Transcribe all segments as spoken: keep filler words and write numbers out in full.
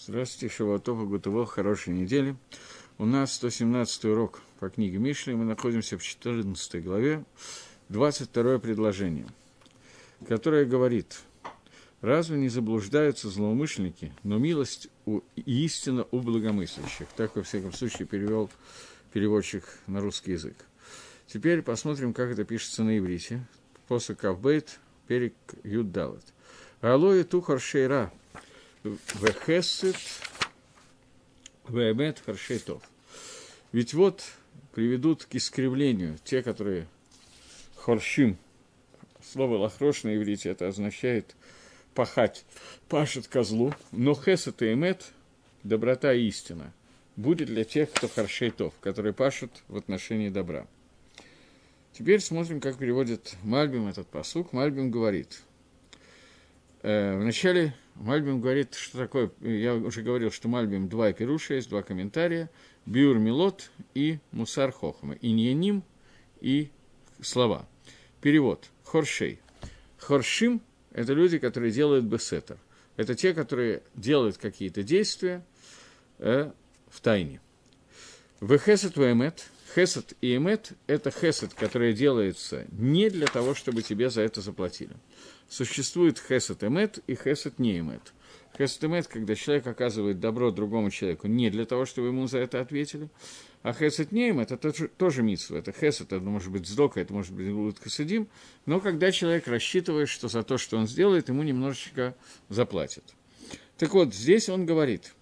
Здравствуйте, Шавуатов, Гутово, хорошей недели. У нас сто семнадцатый урок по книге Мишли. Мы находимся в четырнадцатой главе, двадцать второе предложение, которое говорит: «Разве не заблуждаются злоумышленники, но милость у, и истина у благомыслящих?» Так, во всяком случае, перевел переводчик на русский язык. Теперь посмотрим, как это пишется на иврите. После Кавбейт, перек Юддалет. «Алои тухар шейра». Вехесет, веэмет, харшейтов. Ведь вот приведут к искривлению те, которые хоршим. Слово лахрош на иврите это означает пахать, пашет козлу. Но хесет и эмет, доброта и истина, будет для тех, кто харшейтов, которые пашут в отношении добра. Теперь смотрим, как переводит Мальбим этот пасук. Мальбим говорит. Э, вначале Мальбим говорит, что такое, я уже говорил, что Мальбим два пируша, есть два комментария, Биур Милот и Мусар Хохма, иньяним и слова. Перевод. Хоршей. Хоршим – это люди, которые делают бесетер. Это те, которые делают какие-то действия э, в тайне. Вехесет веэмет. Хесед и эмет – это хесед, который делается не для того, чтобы тебе за это заплатили. Существует хесед эмет и хесед не эмет. Хесед эмет, когда человек оказывает добро другому человеку не для того, чтобы ему за это ответили, а хесед не эмет – это тоже, тоже митсва. Это хесед, это может быть сдока, это может быть гулут хасидим, но когда человек рассчитывает, что за то, что он сделает, ему немножечко заплатят. Так вот, здесь он говорит,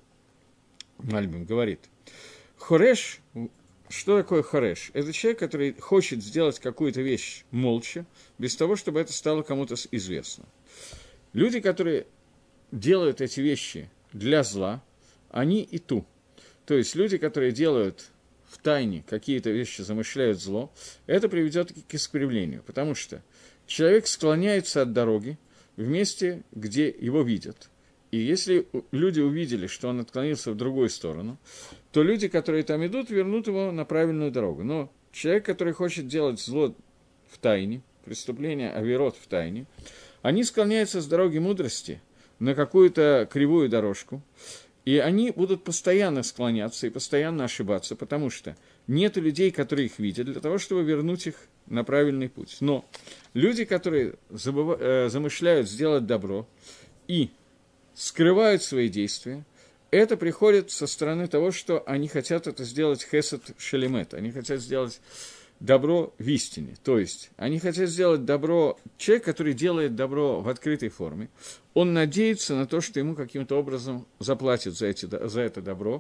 Мальбим говорит, хореш. Что такое хореш? Это человек, который хочет сделать какую-то вещь молча, без того, чтобы это стало кому-то известно. Люди, которые делают эти вещи для зла, они и ту. То есть люди, которые делают в тайне какие-то вещи, замышляют зло, это приведет к искривлению, потому что человек склоняется от дороги в месте, где его видят. И если люди увидели, что он отклонился в другую сторону, то люди, которые там идут, вернут его на правильную дорогу. Но человек, который хочет делать зло в тайне, преступление авирот в тайне, они склоняются с дороги мудрости на какую-то кривую дорожку, и они будут постоянно склоняться и постоянно ошибаться, потому что нет людей, которые их видят, для того, чтобы вернуть их на правильный путь. Но люди, которые забыв... э, замышляют сделать добро и скрывают свои действия, это приходит со стороны того, что они хотят это сделать хесед шелемет, они хотят сделать добро в истине, то есть они хотят сделать добро, человек, который делает добро в открытой форме, он надеется на то, что ему каким-то образом заплатят за, эти, за это добро,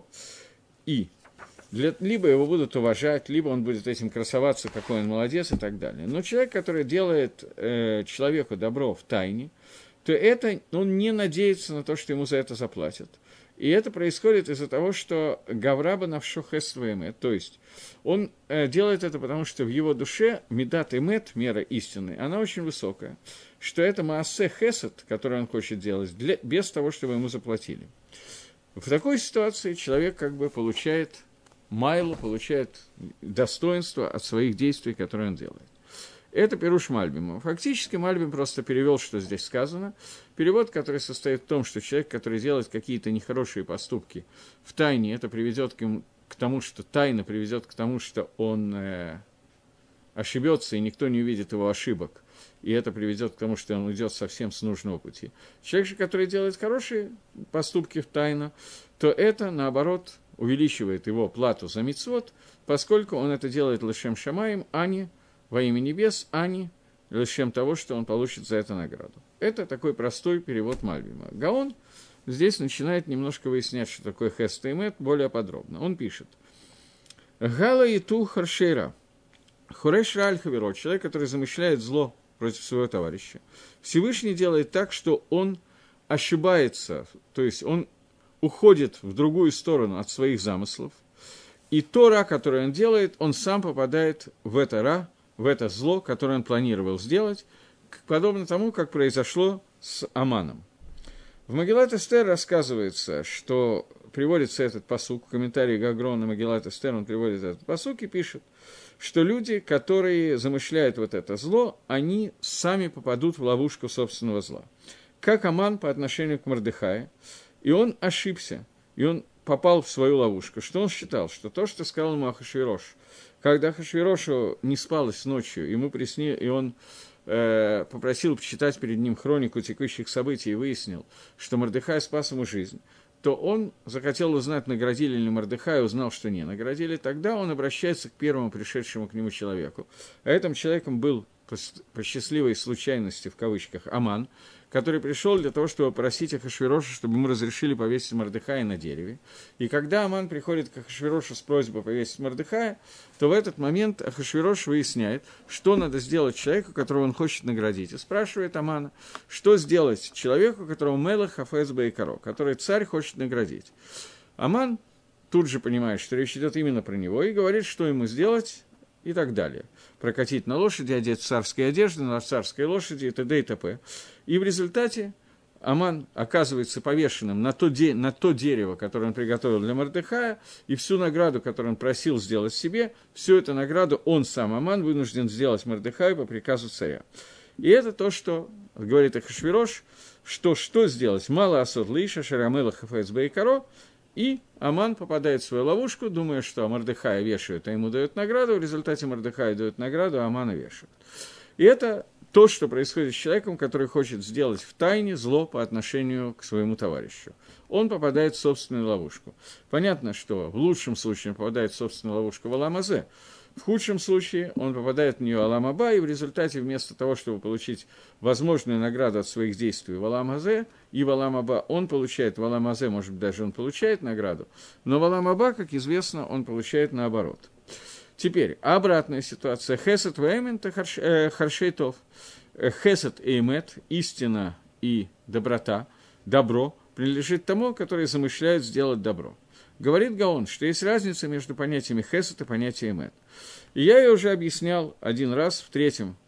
и для, либо его будут уважать, либо он будет этим красоваться, какой он молодец и так далее. Но человек, который делает э, человеку добро в тайне, то это он не надеется на то, что ему за это заплатят. И это происходит из-за того, что Гавраба навшо хесед веэмет, то есть он э, делает это потому, что в его душе медат эмет, мера истины, она очень высокая, что это маасе хесед, который он хочет делать, для, без того, чтобы ему заплатили. В такой ситуации человек как бы получает майлу, получает достоинство от своих действий, которые он делает. Это пируш Мальбима. Фактически Мальбим просто перевел, что здесь сказано. Перевод, который состоит в том, что человек, который делает какие-то нехорошие поступки в тайне, это приведет к, ему, к тому, что тайна приведет к тому, что он э, ошибется, и никто не увидит его ошибок. И это приведет к тому, что он уйдет совсем с нужного пути. Человек же, который делает хорошие поступки в тайну, то это, наоборот, увеличивает его плату за мицвот, поскольку он это делает лешем шамаим, а не во имя небес, а не лишь того, что он получит за это награду. Это такой простой перевод Мальбима. Гаон здесь начинает немножко выяснять, что такое хесед и эмет, более подробно. Он пишет: «Гала и ту харшейра, хореш рааль хаверо», человек, который замышляет зло против своего товарища. Всевышний делает так, что он ошибается, то есть он уходит в другую сторону от своих замыслов, и то ра, которое он делает, он сам попадает в это ра, в это зло, которое он планировал сделать, подобно тому, как произошло с Аманом. В Магилат Эстер рассказывается, что приводится этот пасук, в комментарии Гагрон на Магилат Эстер он приводит этот пасук и пишет, что люди, которые замышляют вот это зло, они сами попадут в ловушку собственного зла. Как Аман по отношению к Мордехаю. И он ошибся, и он попал в свою ловушку. Что он считал? Что то, что сказал ему Ахашвирош, когда Ахашвирошу не спалось ночью, ему приснилось, и он э, попросил почитать перед ним хронику текущих событий и выяснил, что Мордехай спас ему жизнь, то он захотел узнать, наградили ли Мордехая, узнал, что не наградили. Тогда он обращается к первому пришедшему к нему человеку. А этим человеком был, по счастливой случайности, в кавычках, Аман, который пришел для того, чтобы просить Ахашвироша, чтобы ему разрешили повесить Мордехая на дереве. И когда Аман приходит к Ахашвирошу с просьбой повесить Мордехая, то в этот момент Ахашвирош выясняет, что надо сделать человеку, которого он хочет наградить. И спрашивает Амана, что сделать человеку, которого Мелах Хафец Бейкаро, который царь хочет наградить. Аман тут же понимает, что речь идет именно про него, и говорит, что ему сделать, и так далее. Прокатить на лошади, одеть царские одежды, на царской лошади, и т.д. и т.п. И в результате Аман оказывается повешенным на то, де- на то дерево, которое он приготовил для Мордехая, и всю награду, которую он просил сделать себе, всю эту награду он сам, Аман, вынужден сделать Мордехаю по приказу царя. И это то, что говорит Ахашвирош, что что сделать? Мало асот лиша, шарамела хафец бейкаро, и Аман попадает в свою ловушку, думая, что Мордехая вешают, а ему дают награду, в результате Мордехая дают награду, а Амана вешают. И это то, что происходит с человеком, который хочет сделать в тайне зло по отношению к своему товарищу. Он попадает в собственную ловушку. Понятно, что в лучшем случае он попадает в собственную ловушку в Алам-Азе, в худшем случае он попадает в нее Алам-Аба, и в результате вместо того, чтобы получить возможную награду от своих действий в Алам-Азе и в Алам-Аба, он получает в Алам-Азе, может быть, даже он получает награду, но в Алам-Аба, как известно, он получает наоборот. Теперь, обратная ситуация. Хесед вэймен – это харшейтов. Хесед и эмет, истина и доброта, добро, принадлежит тому, который замышляет сделать добро. Говорит Гаон, что есть разница между понятиями хесед и понятием эмет. И я ее уже объяснял один раз в, третьем,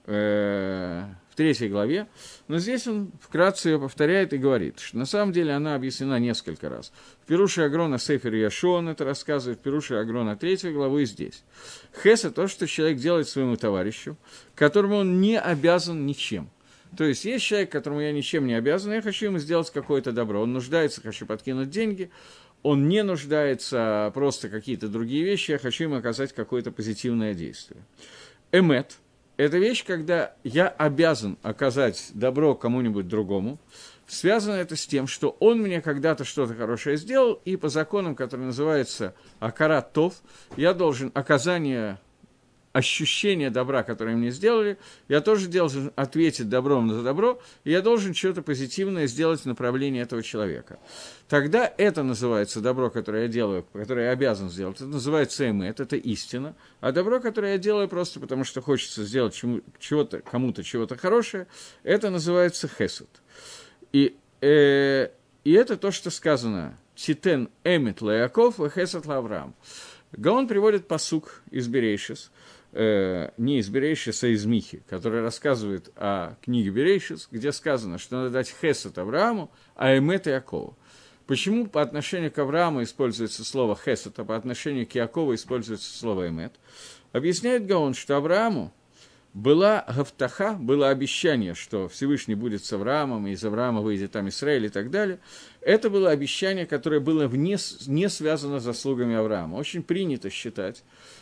э, в третьей главе, но здесь он вкратце ее повторяет и говорит, что на самом деле она объяснена несколько раз. В Пируше Агрона Сефер Яшо он это рассказывает, в Пируше Агрона третьей главы и здесь. Хесед – то, что человек делает своему товарищу, которому он не обязан ничем. То есть есть человек, которому я ничем не обязан, я хочу ему сделать какое-то добро. Он нуждается, хочу подкинуть деньги, он не нуждается, просто какие-то другие вещи, я хочу ему оказать какое-то позитивное действие. Эмет – это вещь, когда я обязан оказать добро кому-нибудь другому. Связано это с тем, что он мне когда-то что-то хорошее сделал, и по законам, которые называются акарат тов, я должен оказание ощущение добра, которое мне сделали, я тоже должен ответить добром за добро, и я должен что-то позитивное сделать в направлении этого человека. Тогда это называется добро, которое я делаю, которое я обязан сделать, это называется эмет, это истина, а добро, которое я делаю просто потому, что хочется сделать чему- чего-то, кому-то чего-то хорошее, это называется хесед. И, э, и это то, что сказано «Титен эмет ла Яков ва хесед ла Авраам». Гаон приводит пасук из Берейшис, э, не из Берейшис, а из Михи, который рассказывает о книге Берейшис, где сказано, что надо дать хесед Аврааму, а эмет Якову. Почему по отношению к Аврааму используется слово хесед, а по отношению к Якову используется слово эмет? Объясняет Гаон, что Аврааму была гафтаха, было обещание, что Всевышний будет с Авраамом, и из Авраама выйдет там Исраиль и так далее. Это было обещание, которое было вне, не связано с заслугами Авраама. Очень принято считать,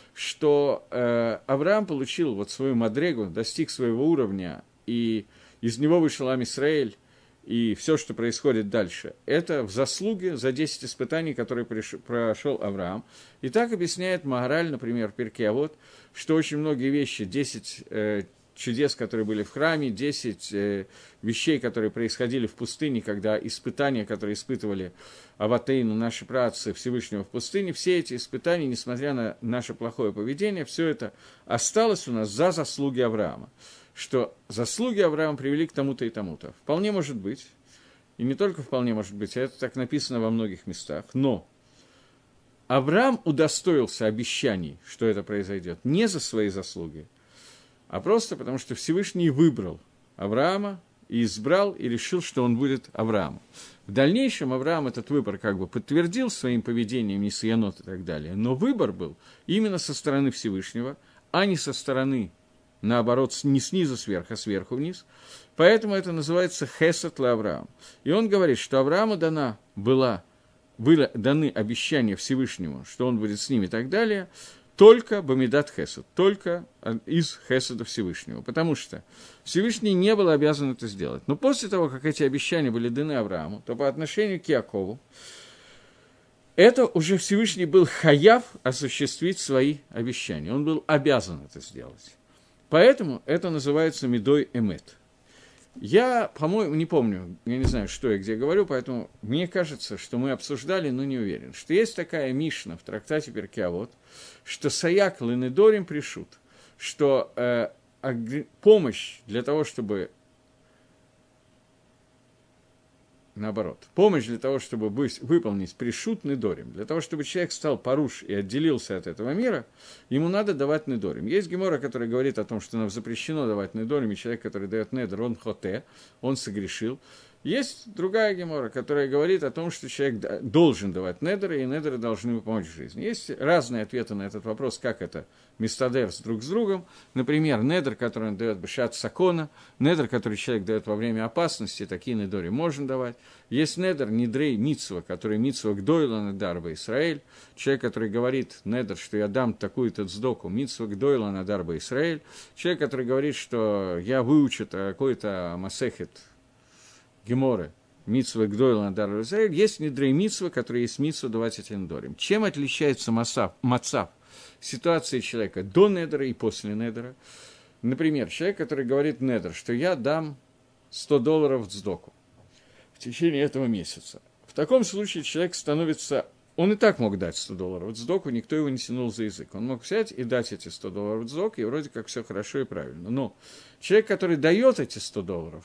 что э, Авраам получил вот свою мадрегу, достиг своего уровня, и из него вышел Ам Исраэль, и все, что происходит дальше, это в заслуге за десять испытаний, которые приш... прошел Авраам. И так объясняет Магараль, например, Пиркей Авот, что очень многие вещи, десять э, чудес, которые были в храме, десять э, вещей, которые происходили в пустыне, когда испытания, которые испытывали Аватейну, наши праотцы Всевышнего в пустыне, все эти испытания, несмотря на наше плохое поведение, все это осталось у нас за заслуги Авраама. Что заслуги Авраама привели к тому-то и тому-то. Вполне может быть, и не только вполне может быть, а это так написано во многих местах, но Авраам удостоился обещаний, что это произойдет, не за свои заслуги, а просто потому, что Всевышний выбрал Авраама и избрал, и решил, что он будет Авраамом. В дальнейшем Авраам этот выбор как бы подтвердил своим поведением, несиянот и так далее, но выбор был именно со стороны Всевышнего, а не со стороны, наоборот, не снизу сверху, а сверху вниз. Поэтому это называется хесед ла Авраам. И он говорит, что Аврааму дана была, были даны обещания Всевышнему, что он будет с ними и так далее, только бамидат хесед, только из хеседа Всевышнего, потому что Всевышний не был обязан это сделать. Но после того, как эти обещания были даны Аврааму, то по отношению к Якову, это уже Всевышний был хаяв осуществить свои обещания. Он был обязан это сделать. Поэтому это называется мидой эмет. Я, по-моему, не помню, я не знаю, что я где говорю, поэтому мне кажется, что мы обсуждали, но не уверен, что есть такая Мишна в трактате Перкей Авот, что саяк лынедорим пришут, что э, помощь для того, чтобы... Наоборот, помощь для того, чтобы выполнить пришут недорим, для того, чтобы человек стал паруш и отделился от этого мира, ему надо давать недорим. Есть гемора, который говорит о том, что нам запрещено давать недорим, и человек, который дает недор, он хоте, он согрешил. Есть другая гемора, которая говорит о том, что человек должен давать недоры, и недоры должны ему помочь в жизни. Есть разные ответы на этот вопрос, как это мистадер с друг с другом. Например, недор, который он дает бешат сакона, недор, который человек дает во время опасности, такие недори можно давать. Есть недор, недрей митсва, который митсва гдойла недар ба Исраэль. Человек, который говорит, недор, что я дам такую-то цдоку, митсва гдойла недар ба Исраэль. Человек, который говорит, что я выучу какой-то масехет, геморы, митсва гдойла недар ба Исраэль. Есть недрей митсва, который есть митсва давать этим недорим. Чем отличается масав, мацав? Ситуации человека до недера и после недера. Например, человек, который говорит недер, что я дам сто долларов цдоку в течение этого месяца. В таком случае человек становится... Он и так мог дать сто долларов цдоку, никто его не тянул за язык. Он мог взять и дать эти сто долларов цдоку, и вроде как все хорошо и правильно. Но человек, который дает эти сто долларов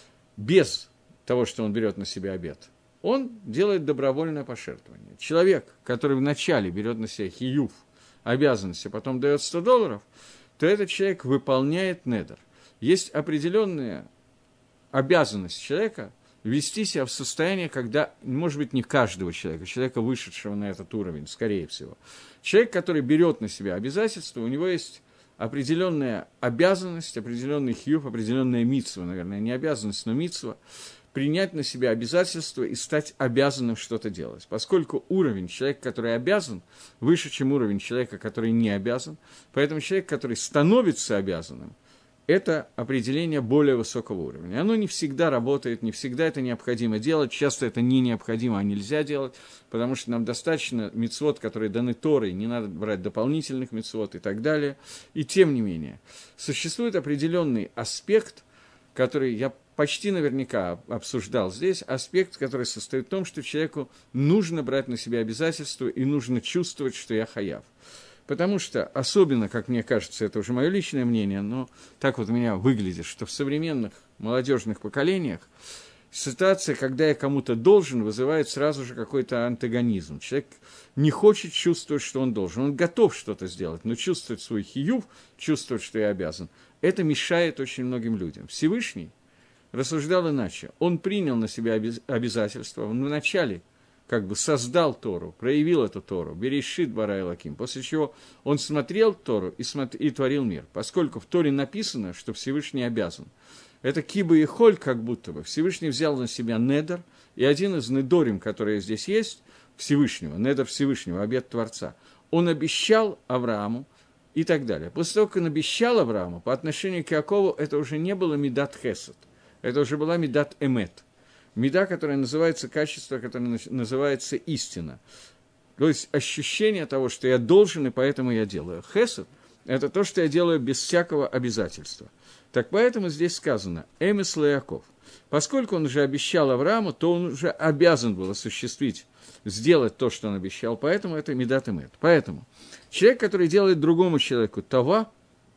без того, что он берет на себя обет, он делает добровольное пожертвование. Человек, который вначале берет на себя хиюв, обязанности, потом дает сто долларов, то этот человек выполняет недер. Есть определенная обязанность человека вести себя в состоянии, когда, может быть, не каждого человека, человека, вышедшего на этот уровень, скорее всего. Человек, который берет на себя обязательства, у него есть определенная обязанность, определенный хьюф, определенная митсва, наверное, не обязанность, но митсва, принять на себя обязательства и стать обязанным что-то делать. Поскольку уровень человека, который обязан, выше, чем уровень человека, который не обязан, поэтому человек, который становится обязанным, это определение более высокого уровня. Оно не всегда работает, не всегда это необходимо делать, часто это не необходимо, а нельзя делать, потому что нам достаточно мицвот, которые даны Торой, не надо брать дополнительных мицвот и так далее. И тем не менее, существует определенный аспект, который я почти наверняка обсуждал здесь, аспект, который состоит в том, что человеку нужно брать на себя обязательства и нужно чувствовать, что я хаяв. Потому что, особенно, как мне кажется, это уже мое личное мнение, но так вот у меня выглядит, что в современных молодежных поколениях ситуация, когда я кому-то должен, вызывает сразу же какой-то антагонизм. Человек не хочет чувствовать, что он должен. Он готов что-то сделать, но чувствовать свой хиюв, чувствовать, что я обязан, это мешает очень многим людям. Всевышний рассуждал иначе. Он принял на себя обязательства. Он вначале как бы создал Тору, проявил эту Тору, Берешит bara Элоким, после чего он смотрел Тору и, смотр... и творил мир. Поскольку в Торе написано, что Всевышний обязан. Это киба и холь, как будто бы. Всевышний взял на себя недер, и один из недорим, которые здесь есть, Всевышнего, недер Всевышнего, обет Творца, он обещал Аврааму и так далее. После того, как он обещал Аврааму, по отношению к Якову, это уже не было мидат хесед, это уже была мидат эмет. Меда, которая называется качество, которое называется истина. То есть ощущение того, что я должен, и поэтому я делаю. Хесед – это то, что я делаю без всякого обязательства. Так поэтому здесь сказано «Эмес Леяков». Поскольку он уже обещал Аврааму, то он уже обязан был осуществить, сделать то, что он обещал. Поэтому это медат эмет. Поэтому человек, который делает другому человеку това,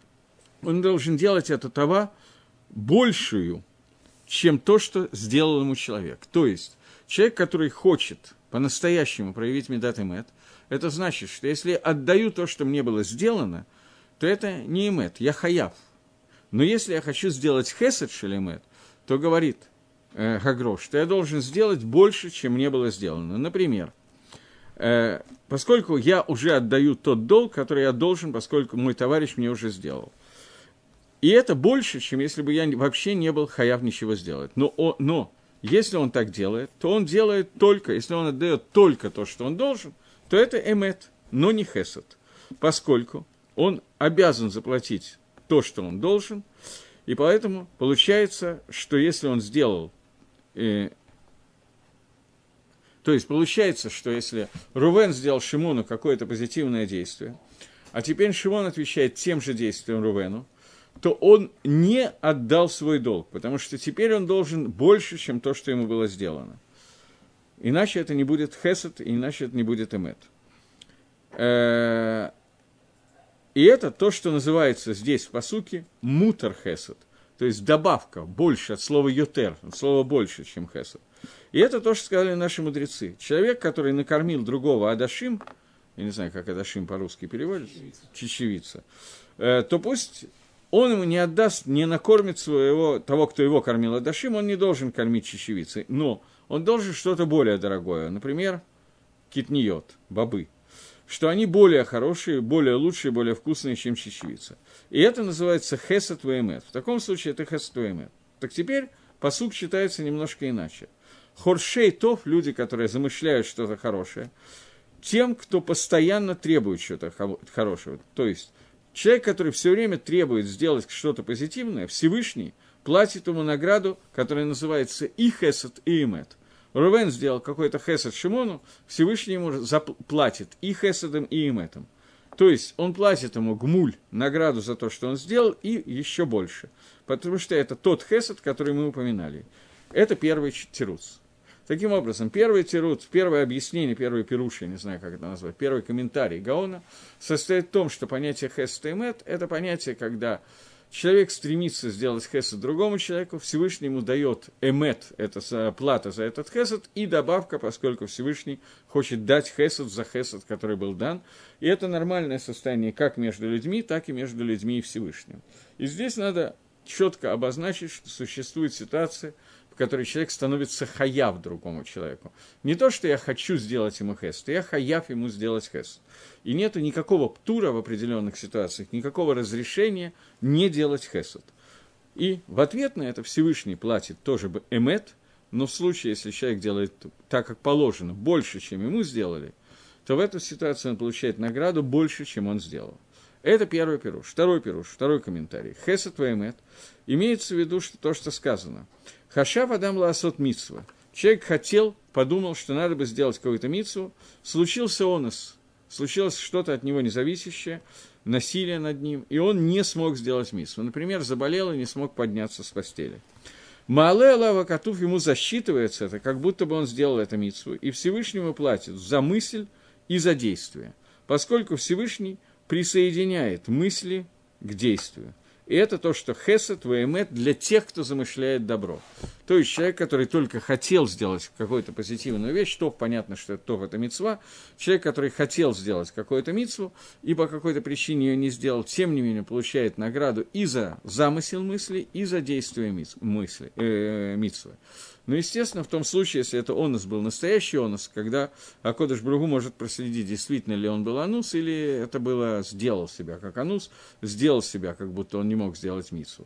он должен делать эту това большую, чем то, что сделал ему человек. То есть, человек, который хочет по-настоящему проявить медат эмет, это значит, что если я отдаю то, что мне было сделано, то это не эмет, я хаяв. Но если я хочу сделать хесед шелемет, то говорит э, Хагрош, что я должен сделать больше, чем мне было сделано. Например, э, поскольку я уже отдаю тот долг, который я должен, поскольку мой товарищ мне уже сделал. И это больше, чем если бы я вообще не был хаяв ничего сделать. Но, о, но если он так делает, то он делает только, если он отдает только то, что он должен, то это эмет, но не хесед, поскольку он обязан заплатить то, что он должен, и поэтому получается, что если он сделал... Э, то есть получается, что если Рувен сделал Шимону какое-то позитивное действие, а теперь Шимон отвечает тем же действием Рувену, то он не отдал свой долг, потому что теперь он должен больше, чем то, что ему было сделано. Иначе это не будет хесед, иначе это не будет эмет. И это то, что называется здесь в пасуке мутар хесед, то есть добавка, больше, от слова йотер, от слова больше, чем хесед. И это то, что сказали наши мудрецы. Человек, который накормил другого адашим, я не знаю, как адашим по-русски переводится, чечевица, то пусть он ему не отдаст, не накормит своего, того, кто его кормил адашим, он не должен кормить чечевицей, но он должен что-то более дорогое, например, китниот, бобы, что они более хорошие, более лучшие, более вкусные, чем чечевица. И это называется хесед ваэмет. В таком случае это хесед ваэмет. Так теперь пасук читается немножко иначе. Хоршей тов, люди, которые замышляют что-то хорошее, тем, кто постоянно требует что-то хорошего. То есть человек, который все время требует сделать что-то позитивное, Всевышний платит ему награду, которая называется и хесед, и эмет. Рувен сделал какой-то хесед Шимону, Всевышний ему заплатит и хеседом, и эметом. То есть он платит ему гмуль, награду за то, что он сделал, и еще больше. Потому что это тот хесед, который мы упоминали. Это первый тирус. Таким образом, первый тирут, первое объяснение, первый пируш, я не знаю, как это назвать, первый комментарий Гаона состоит в том, что понятие хесед и эмет – это понятие, когда человек стремится сделать хесед другому человеку, Всевышний ему дает эмет, это плата за этот хесед, и добавка, поскольку Всевышний хочет дать хесед за хесед, который был дан. И это нормальное состояние как между людьми, так и между людьми и Всевышним. И здесь надо четко обозначить, что существует ситуация, в которой человек становится хаяв другому человеку. Не то, что я хочу сделать ему хесед, я хаяв ему сделать хесед. И нет никакого птура в определенных ситуациях, никакого разрешения не делать хесед. И в ответ на это Всевышний платит тоже бы эмет, но в случае, если человек делает так, как положено, больше, чем ему сделали, то в эту ситуацию он получает награду больше, чем он сделал. Это первый пируш. Второй пируш, второй комментарий. Хесед ваэмет имеется в виду что, то, что сказано. Хашав адам лаасот митсва. Человек хотел, подумал, что надо бы сделать какую-то митсву. Случился онос, случилось что-то от него независящее, насилие над ним, и он не смог сделать митсву. Например, заболел и не смог подняться с постели. Маале Алава Катуф ему засчитывается это, как будто бы он сделал эту митсву, и Всевышнему платит за мысль и за действие, поскольку Всевышний присоединяет мысли к действию. И это то, что хесед, ваэмет для тех, кто замышляет добро. То есть человек, который только хотел сделать какую-то позитивную вещь, то понятно, что это, то это мицва. Человек, который хотел сделать какую-то мицву, и по какой-то причине ее не сделал, тем не менее получает награду и за замысел мысли, и за действие мысли, э, мицвы. Но, естественно, в том случае, если это онус был настоящий онус, когда Акодыш Барух Ху может проследить, действительно ли он был анус, или это было сделал себя как анус, сделал себя, как будто он не мог сделать мицву.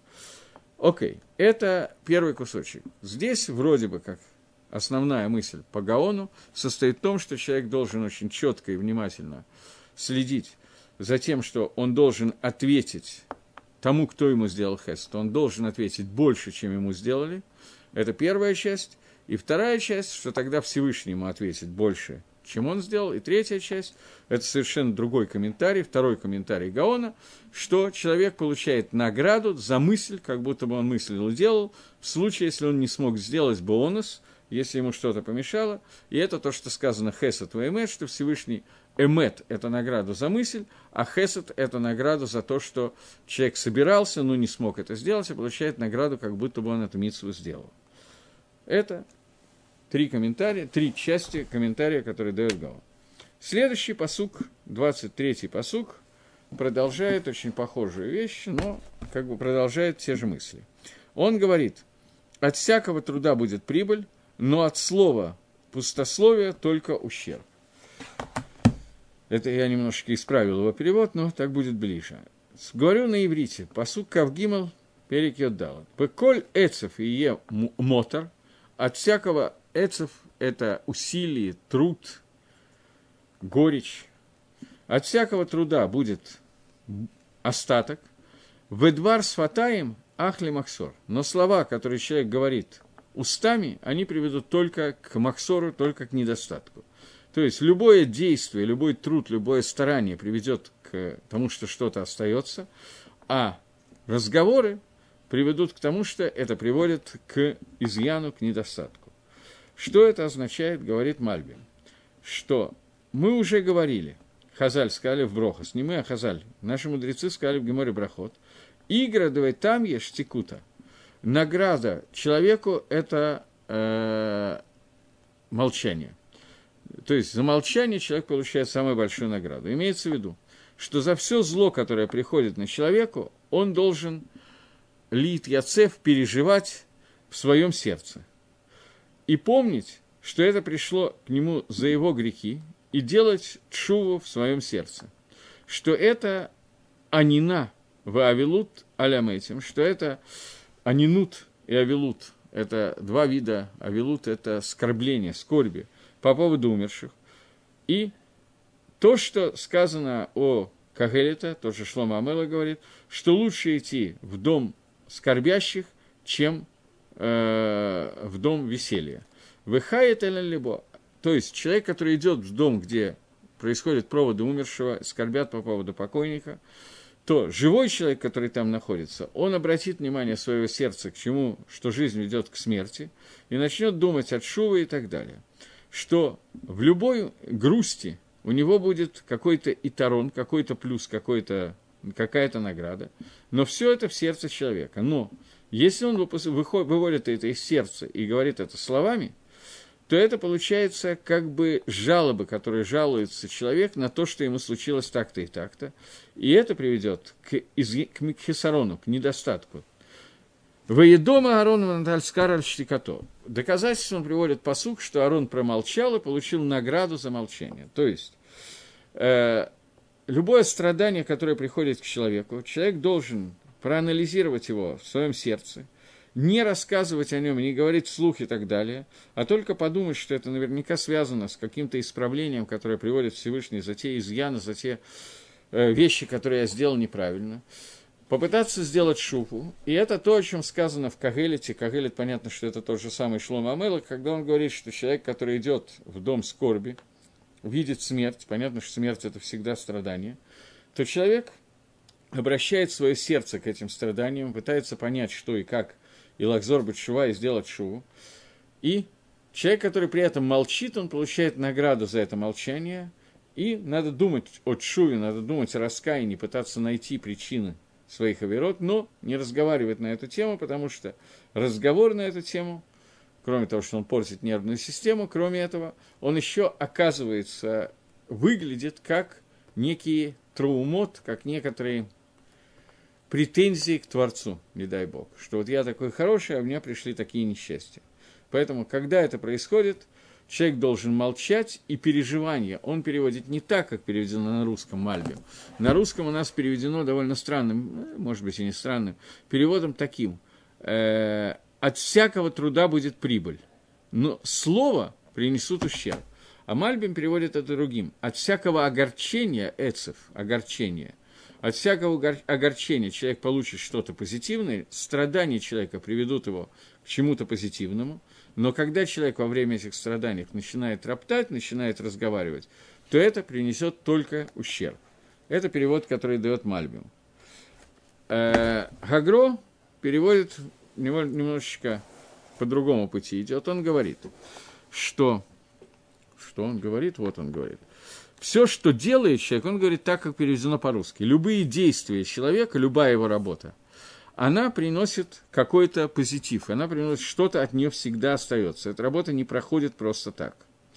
Окей, это первый кусочек. Здесь вроде бы как основная мысль по Гаону состоит в том, что человек должен очень четко и внимательно следить за тем, что он должен ответить тому, кто ему сделал хесед, он должен ответить больше, чем ему сделали. Это первая часть. И вторая часть, что тогда Всевышний ему ответит больше, чем он сделал. И третья часть, это совершенно другой комментарий, второй комментарий Гаона, что человек получает награду за мысль, как будто бы он мыслил и делал, в случае, если он не смог сделать бонус, если ему что-то помешало. И это то, что сказано хесед ваэмет, что Всевышний эмет – это награду за мысль, а хесед – это награду за то, что человек собирался, но не смог это сделать, и получает награду, как будто бы он эту мицву сделал. Это три комментария, три части комментария, которые дает Гаон. Следующий пасук, двадцать третий пасук, продолжает очень похожую вещь, но как бы продолжает те же мысли. Он говорит, от всякого труда будет прибыль, но от слова пустословия только ущерб. Это я немножечко исправил его перевод, но так будет ближе. Говорю на иврите, пасук Кавгимал, перек Йоддалат. Беколь эцев и е мотор, от всякого эцев – это усилие, труд, горечь. От всякого труда будет остаток. «Ведвар сфатаем ахли махсор». Но слова, которые человек говорит устами, они приведут только к махсору, только к недостатку. То есть любое действие, любой труд, любое старание приведет к тому, что что-то остается, а разговоры приведут к тому, что это приводит к изъяну, к недостатку. Что это означает, говорит Мальбим? Что мы уже говорили, Хазаль сказали в Брохос, не мы, а Хазаль, наши мудрецы сказали в Геморе Брахот, «Игра давай там ешь текута». Награда человеку – это э, молчание. То есть за молчание человек получает самую большую награду. Имеется в виду, что за все зло, которое приходит на человека, он должен лит яцев переживать в своем сердце. И помнить, что это пришло к нему за его грехи, и делать тшуву в своем сердце. Что это анина в авилут алям этим, что это анинут и авилут. Это два вида авилут, это скорбление, скорби по поводу умерших. И то, что сказано о Кагелете, то, что Шломо Амелех говорит, что лучше идти в дом скорбящих, чем э, в дом веселья. Выхает или либо. То есть человек, который идет в дом, где происходят проводы умершего, скорбят по поводу покойника, то живой человек, который там находится, он обратит внимание своего сердца к чему, что жизнь ведет к смерти, и начнет думать о тшуве и так далее. Что в любой грусти у него будет какой-то итарон, какой-то плюс, какой-то, какая-то награда, но все это в сердце человека. Но если он выходит, выводит это из сердца и говорит это словами, то это получается как бы жалобы, которые жалуется человек на то, что ему случилось так-то и так-то, и это приведет к, из, к хисарону, к недостатку. «Воедома Аарон вантальскар аль-штикато». Доказательством он приводит пасук, что Аарон промолчал и получил награду за молчание. То есть, э, любое страдание, которое приходит к человеку, человек должен проанализировать его в своем сердце, не рассказывать о нем, не говорить вслух и так далее, а только подумать, что это наверняка связано с каким-то исправлением, которое приводит Всевышний за те изъяны, за те э, вещи, которые я сделал неправильно. Попытаться сделать шуфу. И это то, о чем сказано в Кагелете. Кагелет, понятно, что это тот же самый Шломо Амелех, когда он говорит, что человек, который идет в дом скорби, видит смерть, понятно, что смерть – это всегда страдание, то человек обращает свое сердце к этим страданиям, пытается понять, что и как, и лахзор бет шува, и сделать шуву. И человек, который при этом молчит, он получает награду за это молчание, и надо думать о тшуве, надо думать о раскаянии, пытаться найти причины своих авирот, но не разговаривать на эту тему, потому что разговор на эту тему, кроме того, что он портит нервную систему, кроме этого, он еще, оказывается, выглядит как некий траумот, как некоторые претензии к Творцу, не дай Бог, что вот я такой хороший, а у меня пришли такие несчастья. Поэтому, когда это происходит, человек должен молчать, и переживания он переводит не так, как переведено на русском Мальбим. На русском у нас переведено довольно странным, может быть, и не странным, переводом таким. Э, «От всякого труда будет прибыль, но слово принесут ущерб». А Мальбим переводит это другим. «От всякого огорчения, эцев, огорчения, от всякого огорчения человек получит что-то позитивное, страдания человека приведут его к чему-то позитивному, но когда человек во время этих страданий начинает роптать, начинает разговаривать, то это принесет только ущерб». Это перевод, который дает Мальбим. Э, Гагро переводит немножечко по другому пути идет. Он говорит, что... Что он говорит? Вот он говорит. Все, что делает человек, он говорит так, как переведено по-русски. Любые действия человека, любая его работа, она приносит какой-то позитив, она приносит что-то, от нее всегда остается. Эта работа не проходит просто так.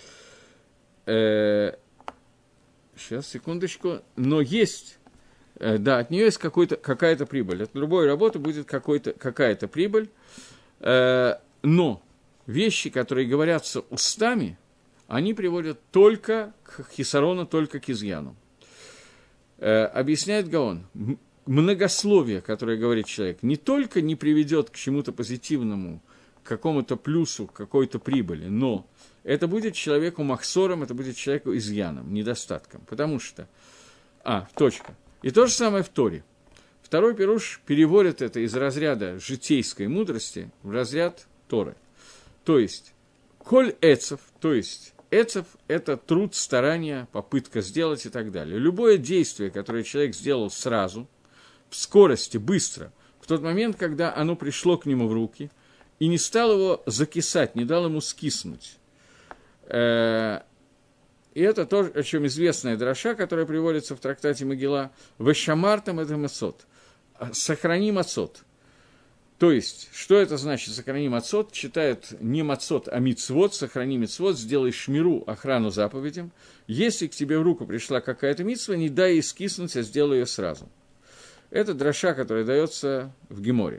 Э-э- сейчас, секундочку. Но есть, э- да, от нее есть какой-то, какая-то прибыль. От любой работы будет какой-то, какая-то прибыль. Э-э- но вещи, которые говорятся устами, они приводят только к хисарону, только к изъяну. Э, объясняет Гаон, многословие, которое говорит человек, не только не приведет к чему-то позитивному, какому-то плюсу, к какой-то прибыли, но это будет человеку махсором, это будет человеку изъяном, недостатком, потому что... А, точка. И то же самое в Торе. Второй пируш переводит это из разряда житейской мудрости в разряд Торы. То есть, коль эцев, то есть, эцев – это труд, старание, попытка сделать и так далее. Любое действие, которое человек сделал сразу, в скорости, быстро, в тот момент, когда оно пришло к нему в руки, и не стал его закисать, не дал ему скиснуть. И это то, о чем известная дроша, которая приводится в трактате Могила, «Вешамартам это мацот», «сохрани мацот». То есть, что это значит «сохрани мацот»? Читают не мацот, а мицвот, «сохрани мицвот», сделай шмиру, охрану заповедям. Если к тебе в руку пришла какая-то мицва, не дай ей скиснуть, а сделай ее сразу. Это дроша, которая дается в Геморе.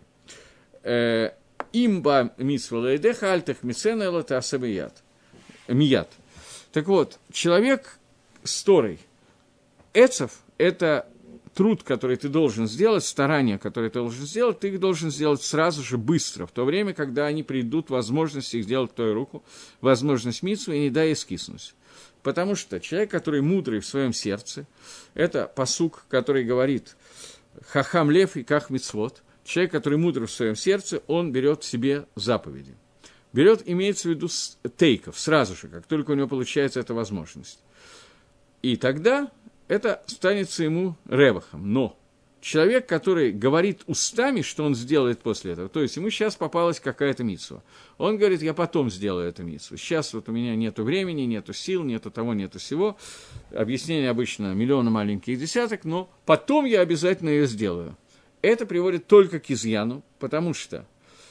«Имба мицва лаэдеха альтах мицена элата асабият». Мият. Так вот, человек с Торой, эцев – это труд, который ты должен сделать, старания, которые ты должен сделать, ты их должен сделать сразу же, быстро, в то время, когда они придут, возможность их сделать в твою руку, возможность мицвы, и не дай ей скиснуть. Потому что человек, который мудрый в своем сердце, это пасук, который говорит «хахам лев и ках мицвот», человек, который мудрый в своем сердце, он берет себе заповеди. Берет, имеется в виду тейков, сразу же, как только у него получается эта возможность. И тогда это станется ему ревахом. Но человек, который говорит устами, что он сделает после этого, то есть ему сейчас попалась какая-то мицва, он говорит, я потом сделаю эту мицву, сейчас вот у меня нету времени, нету сил, нету того, нету всего. Объяснение обычно миллиона маленьких десяток, но потом я обязательно ее сделаю. Это приводит только к изъяну, потому что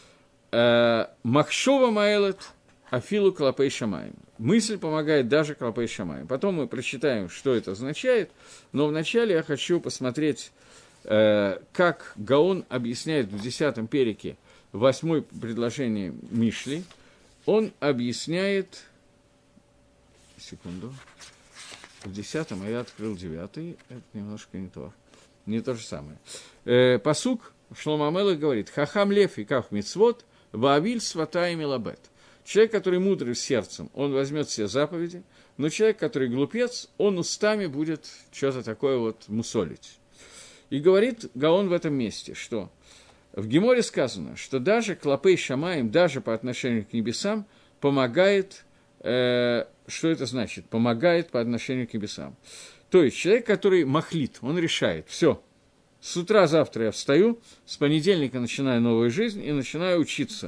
Махшова маэлет афилу клапей шамаем. Мысль помогает даже клапей шамаем. Потом мы прочитаем, что это означает, но вначале я хочу посмотреть, э, как Гаон объясняет в десятом перике, восьмое предложение Мишли. Он объясняет... Секунду. В десятом, а я открыл девятый. Это немножко не то. Не то же самое. Э, пасук Шломо ха-Мелех говорит, «Хахам лев и кав мицвот, ваавиль сватай милабет». Человек, который мудрый сердцем, он возьмет все заповеди, но человек, который глупец, он устами будет что-то такое вот мусолить. И говорит Гаон в этом месте, что в Геморе сказано, что даже клапей шамаим, даже по отношению к небесам, помогает, э, что это значит? Помогает по отношению к небесам. То есть человек, который махлит, он решает, все, с утра завтра я встаю, с понедельника начинаю новую жизнь и начинаю учиться.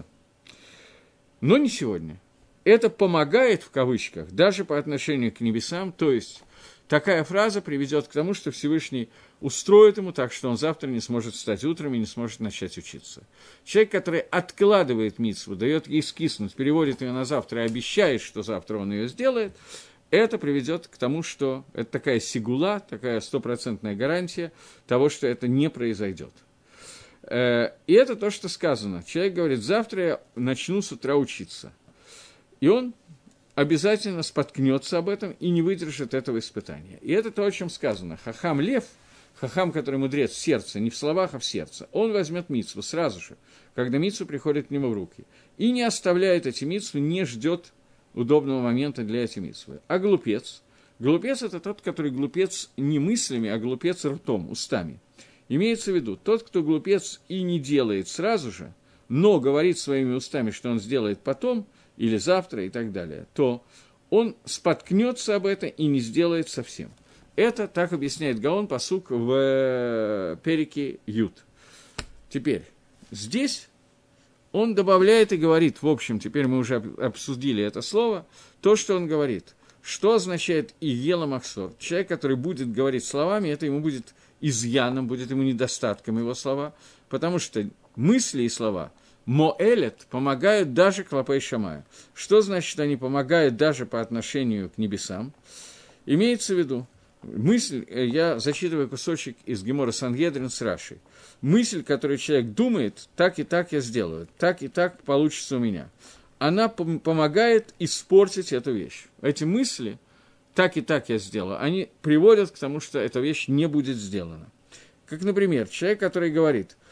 Но не сегодня. Это помогает, в кавычках, даже по отношению к небесам, то есть такая фраза приведет к тому, что Всевышний устроит ему так, что он завтра не сможет встать утром и не сможет начать учиться. Человек, который откладывает мицву, дает ей скиснуть, переводит ее на завтра и обещает, что завтра он ее сделает, это приведет к тому, что это такая сигула, такая стопроцентная гарантия того, что это не произойдет. И это то, что сказано. Человек говорит, завтра я начну с утра учиться. И он обязательно споткнется об этом и не выдержит этого испытания. И это то, о чем сказано. Хахам лев, хахам, который мудрец в сердце, не в словах, а в сердце, он возьмет мицву сразу же, когда мицва приходит к нему в руки. И не оставляет эти мицвы, не ждет удобного момента для эти мицвы. А глупец? Глупец – это тот, который глупец не мыслями, а глупец ртом, устами. Имеется в виду, тот, кто глупец и не делает сразу же, но говорит своими устами, что он сделает потом, или завтра, и так далее, то он споткнется об этом и не сделает совсем. Это так объясняет Гаон пасук в перике Ют. Теперь, здесь он добавляет и говорит, в общем, теперь мы уже обсудили это слово, то, что он говорит. Что означает «иела махсор»? Человек, который будет говорить словами, это ему будет изъяном, будет ему недостатком его слова, потому что мысли и слова «моэлет» помогают даже клапей шамаю. Что значит, они помогают даже по отношению к небесам? Имеется в виду, мысль, я зачитываю кусочек из Гемора Сангедрин с Рашей. Мысль, которую человек думает, так и так я сделаю, так и так получится у меня. Она пом- помогает испортить эту вещь. Эти мысли, так и так я сделаю, они приводят к тому, что эта вещь не будет сделана. Как, например, человек, который говорит,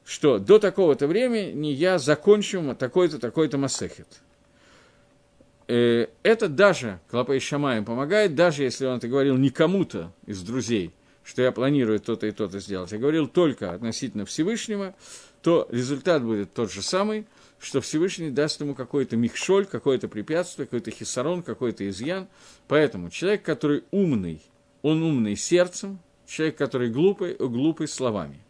что до такого-то времени я закончу такой-то, такой-то масехет. Это даже Клапей Шамаем помогает, даже если он это говорил не кому-то из друзей, что я планирую то-то и то-то сделать, я говорил только относительно Всевышнего, то результат будет тот же самый, что Всевышний даст ему какой-то михшоль, какое-то препятствие, какой-то хиссарон, какой-то изъян. Поэтому человек, который умный, он умный сердцем, человек, который глупый, глупый словами.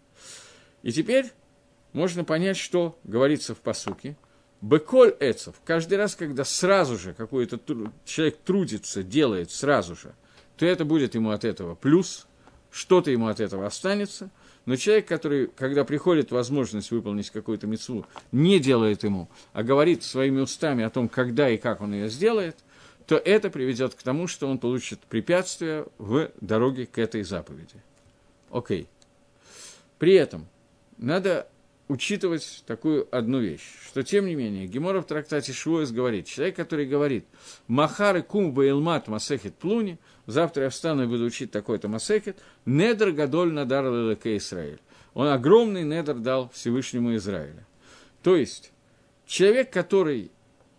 И теперь можно понять, что говорится в пасуке. Беколь эцов, каждый раз, когда сразу же какой-то человек трудится, делает сразу же, то это будет ему от этого плюс, что-то ему от этого останется. Но человек, который, когда приходит возможность выполнить какую-то мицву, не делает ему, а говорит своими устами о том, когда и как он ее сделает, то это приведет к тому, что он получит препятствие в дороге к этой заповеди. Окей. При этом надо учитывать такую одну вещь, что, тем не менее, Гемора в трактате Швуэс говорит, человек, который говорит «Махары кум баилмат масехет плуни», завтра я встану и буду учить такой-то масехет, «Недр гадоль надар лелеке Исраэль». Он огромный недр дал Всевышнему Израиля. То есть, человек, который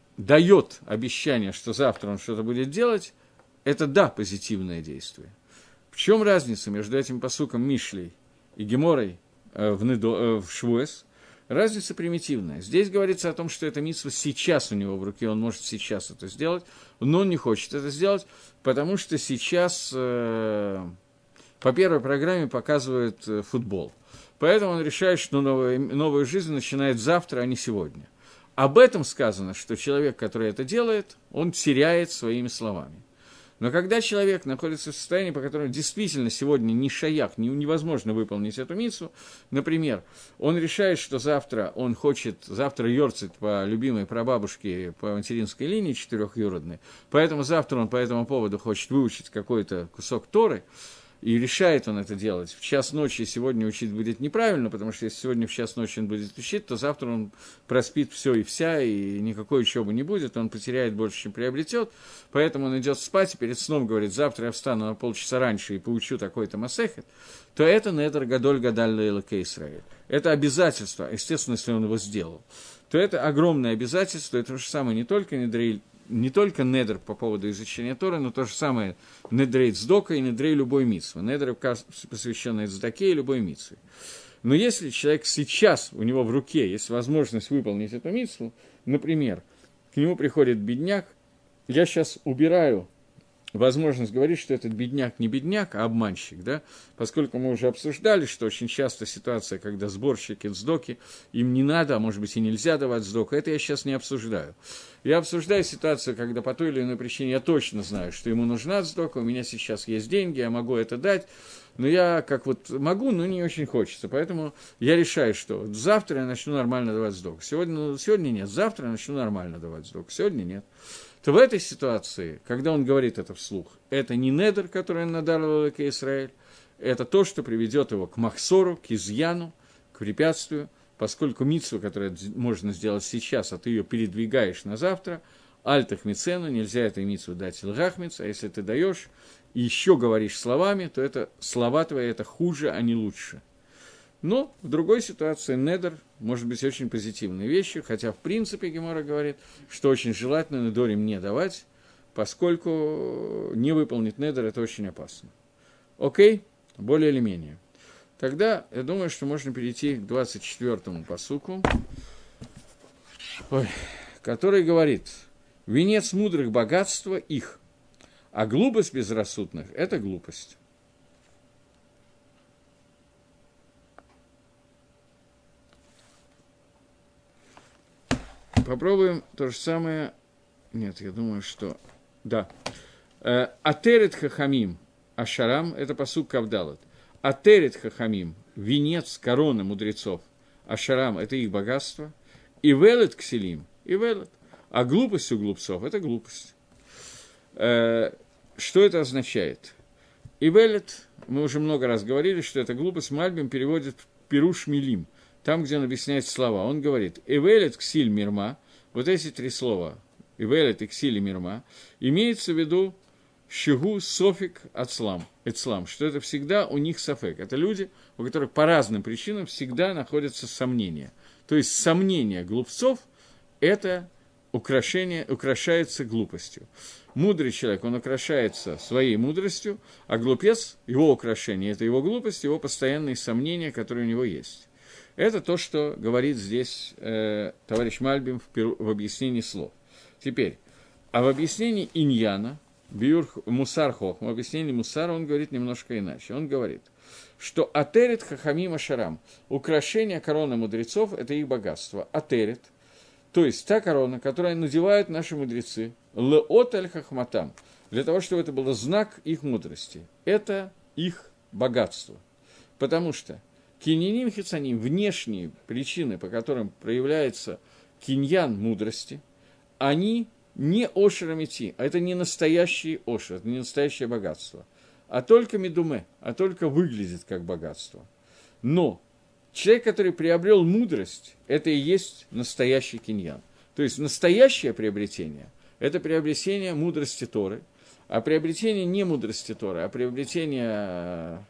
дает обещание, что завтра он что-то будет делать, это, да, позитивное действие. В чем разница между этим пасуком Мишлей и Геморой, В, недо, в Швуэс, разница примитивная. Здесь говорится о том, что эта мицва сейчас у него в руке, он может сейчас это сделать, но он не хочет это сделать, потому что сейчас э, по первой программе показывают э, футбол. Поэтому он решает, что новая, новая жизнь начинает завтра, а не сегодня. Об этом сказано, что человек, который это делает, он теряет своими словами. Но когда человек находится в состоянии, по которому действительно сегодня не шаях, невозможно выполнить эту мицву, например, он решает, что завтра он хочет, завтра йорцит по любимой прабабушке по материнской линии четырехюродной, поэтому завтра он по этому поводу хочет выучить какой-то кусок Торы, и решает он это делать в час ночи, сегодня учить будет неправильно, потому что если сегодня в час ночи он будет учить, то завтра он проспит все и вся, и никакой учебы не будет, он потеряет больше, чем приобретет, поэтому он идет спать и перед сном говорит, завтра я встану на полчаса раньше и поучу такой-то масехет, то это недер гадоль гадаль лейлаке Исраэль. Это обязательство, естественно, если он его сделал, то это огромное обязательство, это же самое не только недрей, не только недр по поводу изучения Торы, но то же самое недрей цдока и недрей любой мицвы. Недр, посвященный цдаке и любой мицве. Но если человек сейчас, у него в руке есть возможность выполнить эту мицву, например, к нему приходит бедняк, я сейчас убираю возможность говорить, что этот бедняк не бедняк, а обманщик, да? Поскольку мы уже обсуждали, что очень часто ситуация, когда сборщики цдоки, им не надо, а может быть и нельзя давать цдоку, это я сейчас не обсуждаю. Я обсуждаю ситуацию, когда по той или иной причине я точно знаю, что ему нужна цдока, у меня сейчас есть деньги, я могу это дать, но я как вот могу, но не очень хочется, поэтому я решаю, что завтра я начну нормально давать цдоку. Сегодня, ну, сегодня нет, завтра я начну нормально давать цдоку, сегодня нет. То в этой ситуации, когда он говорит это вслух, это не недр, который он надарил лелеке Исраэль, это то, что приведет его к махсору, к изъяну, к препятствию, поскольку мицву, которую можно сделать сейчас, а ты ее передвигаешь на завтра, альтах мицену, нельзя этой мицву дать лгахмиц, а если ты даешь и еще говоришь словами, то это слова твои, это хуже, а не лучше. Но в другой ситуации недр может быть очень позитивной вещью, хотя в принципе Гемора говорит, что очень желательно недорим не давать, поскольку не выполнить недр это очень опасно. Окей? Более или менее. Тогда я думаю, что можно перейти к двадцать четвёртому пасуку, ой, который говорит, венец мудрых богатства их, а глупость безрассудных – это глупость. Попробуем то же самое. Нет, я думаю, что... Да. Атерет хахамим ашарам – это пасук Кавдалат. Атерет хахамим – венец, корона мудрецов. Ашарам – это их богатство. И велет кселим – и велет. А глупость у глупцов – это глупость. Что это означает? И велет, мы уже много раз говорили, что эта глупость Мальбим переводит в пируш милим. Там, где он объясняет слова, он говорит «Эвелет ксиль мирма», вот эти три слова «Эвелет и ксиль и мирма», имеется в виду Шигу софик ацлам, эцлам, что это всегда у них софек. Это люди, у которых по разным причинам всегда находятся сомнения. То есть сомнения глупцов – это украшение, украшается глупостью. Мудрый человек, он украшается своей мудростью, а глупец, его украшение – это его глупость, его постоянные сомнения, которые у него есть. Это то, что говорит здесь э, товарищ Мальбим в, в объяснении слов. Теперь, а в объяснении иньяна, Биур Мусар Хохм, в объяснении Мусара он говорит немножко иначе. Он говорит, что атерет хахамим ашарам, украшение короны мудрецов – это их богатство. Атерет, то есть та корона, которую надевают наши мудрецы, леот аль хахматам, для того, чтобы это был знак их мудрости. Это их богатство. Потому что киньяним хицаним, внешние причины, по которым проявляется киньян мудрости, они не ошер амити, а это не настоящий ошер, это не настоящее богатство, а только медуме, а только выглядит как богатство. Но человек, который приобрел мудрость, это и есть настоящий киньян. То есть настоящее приобретение – это приобретение мудрости Торы, а приобретение не мудрости Торы, а приобретение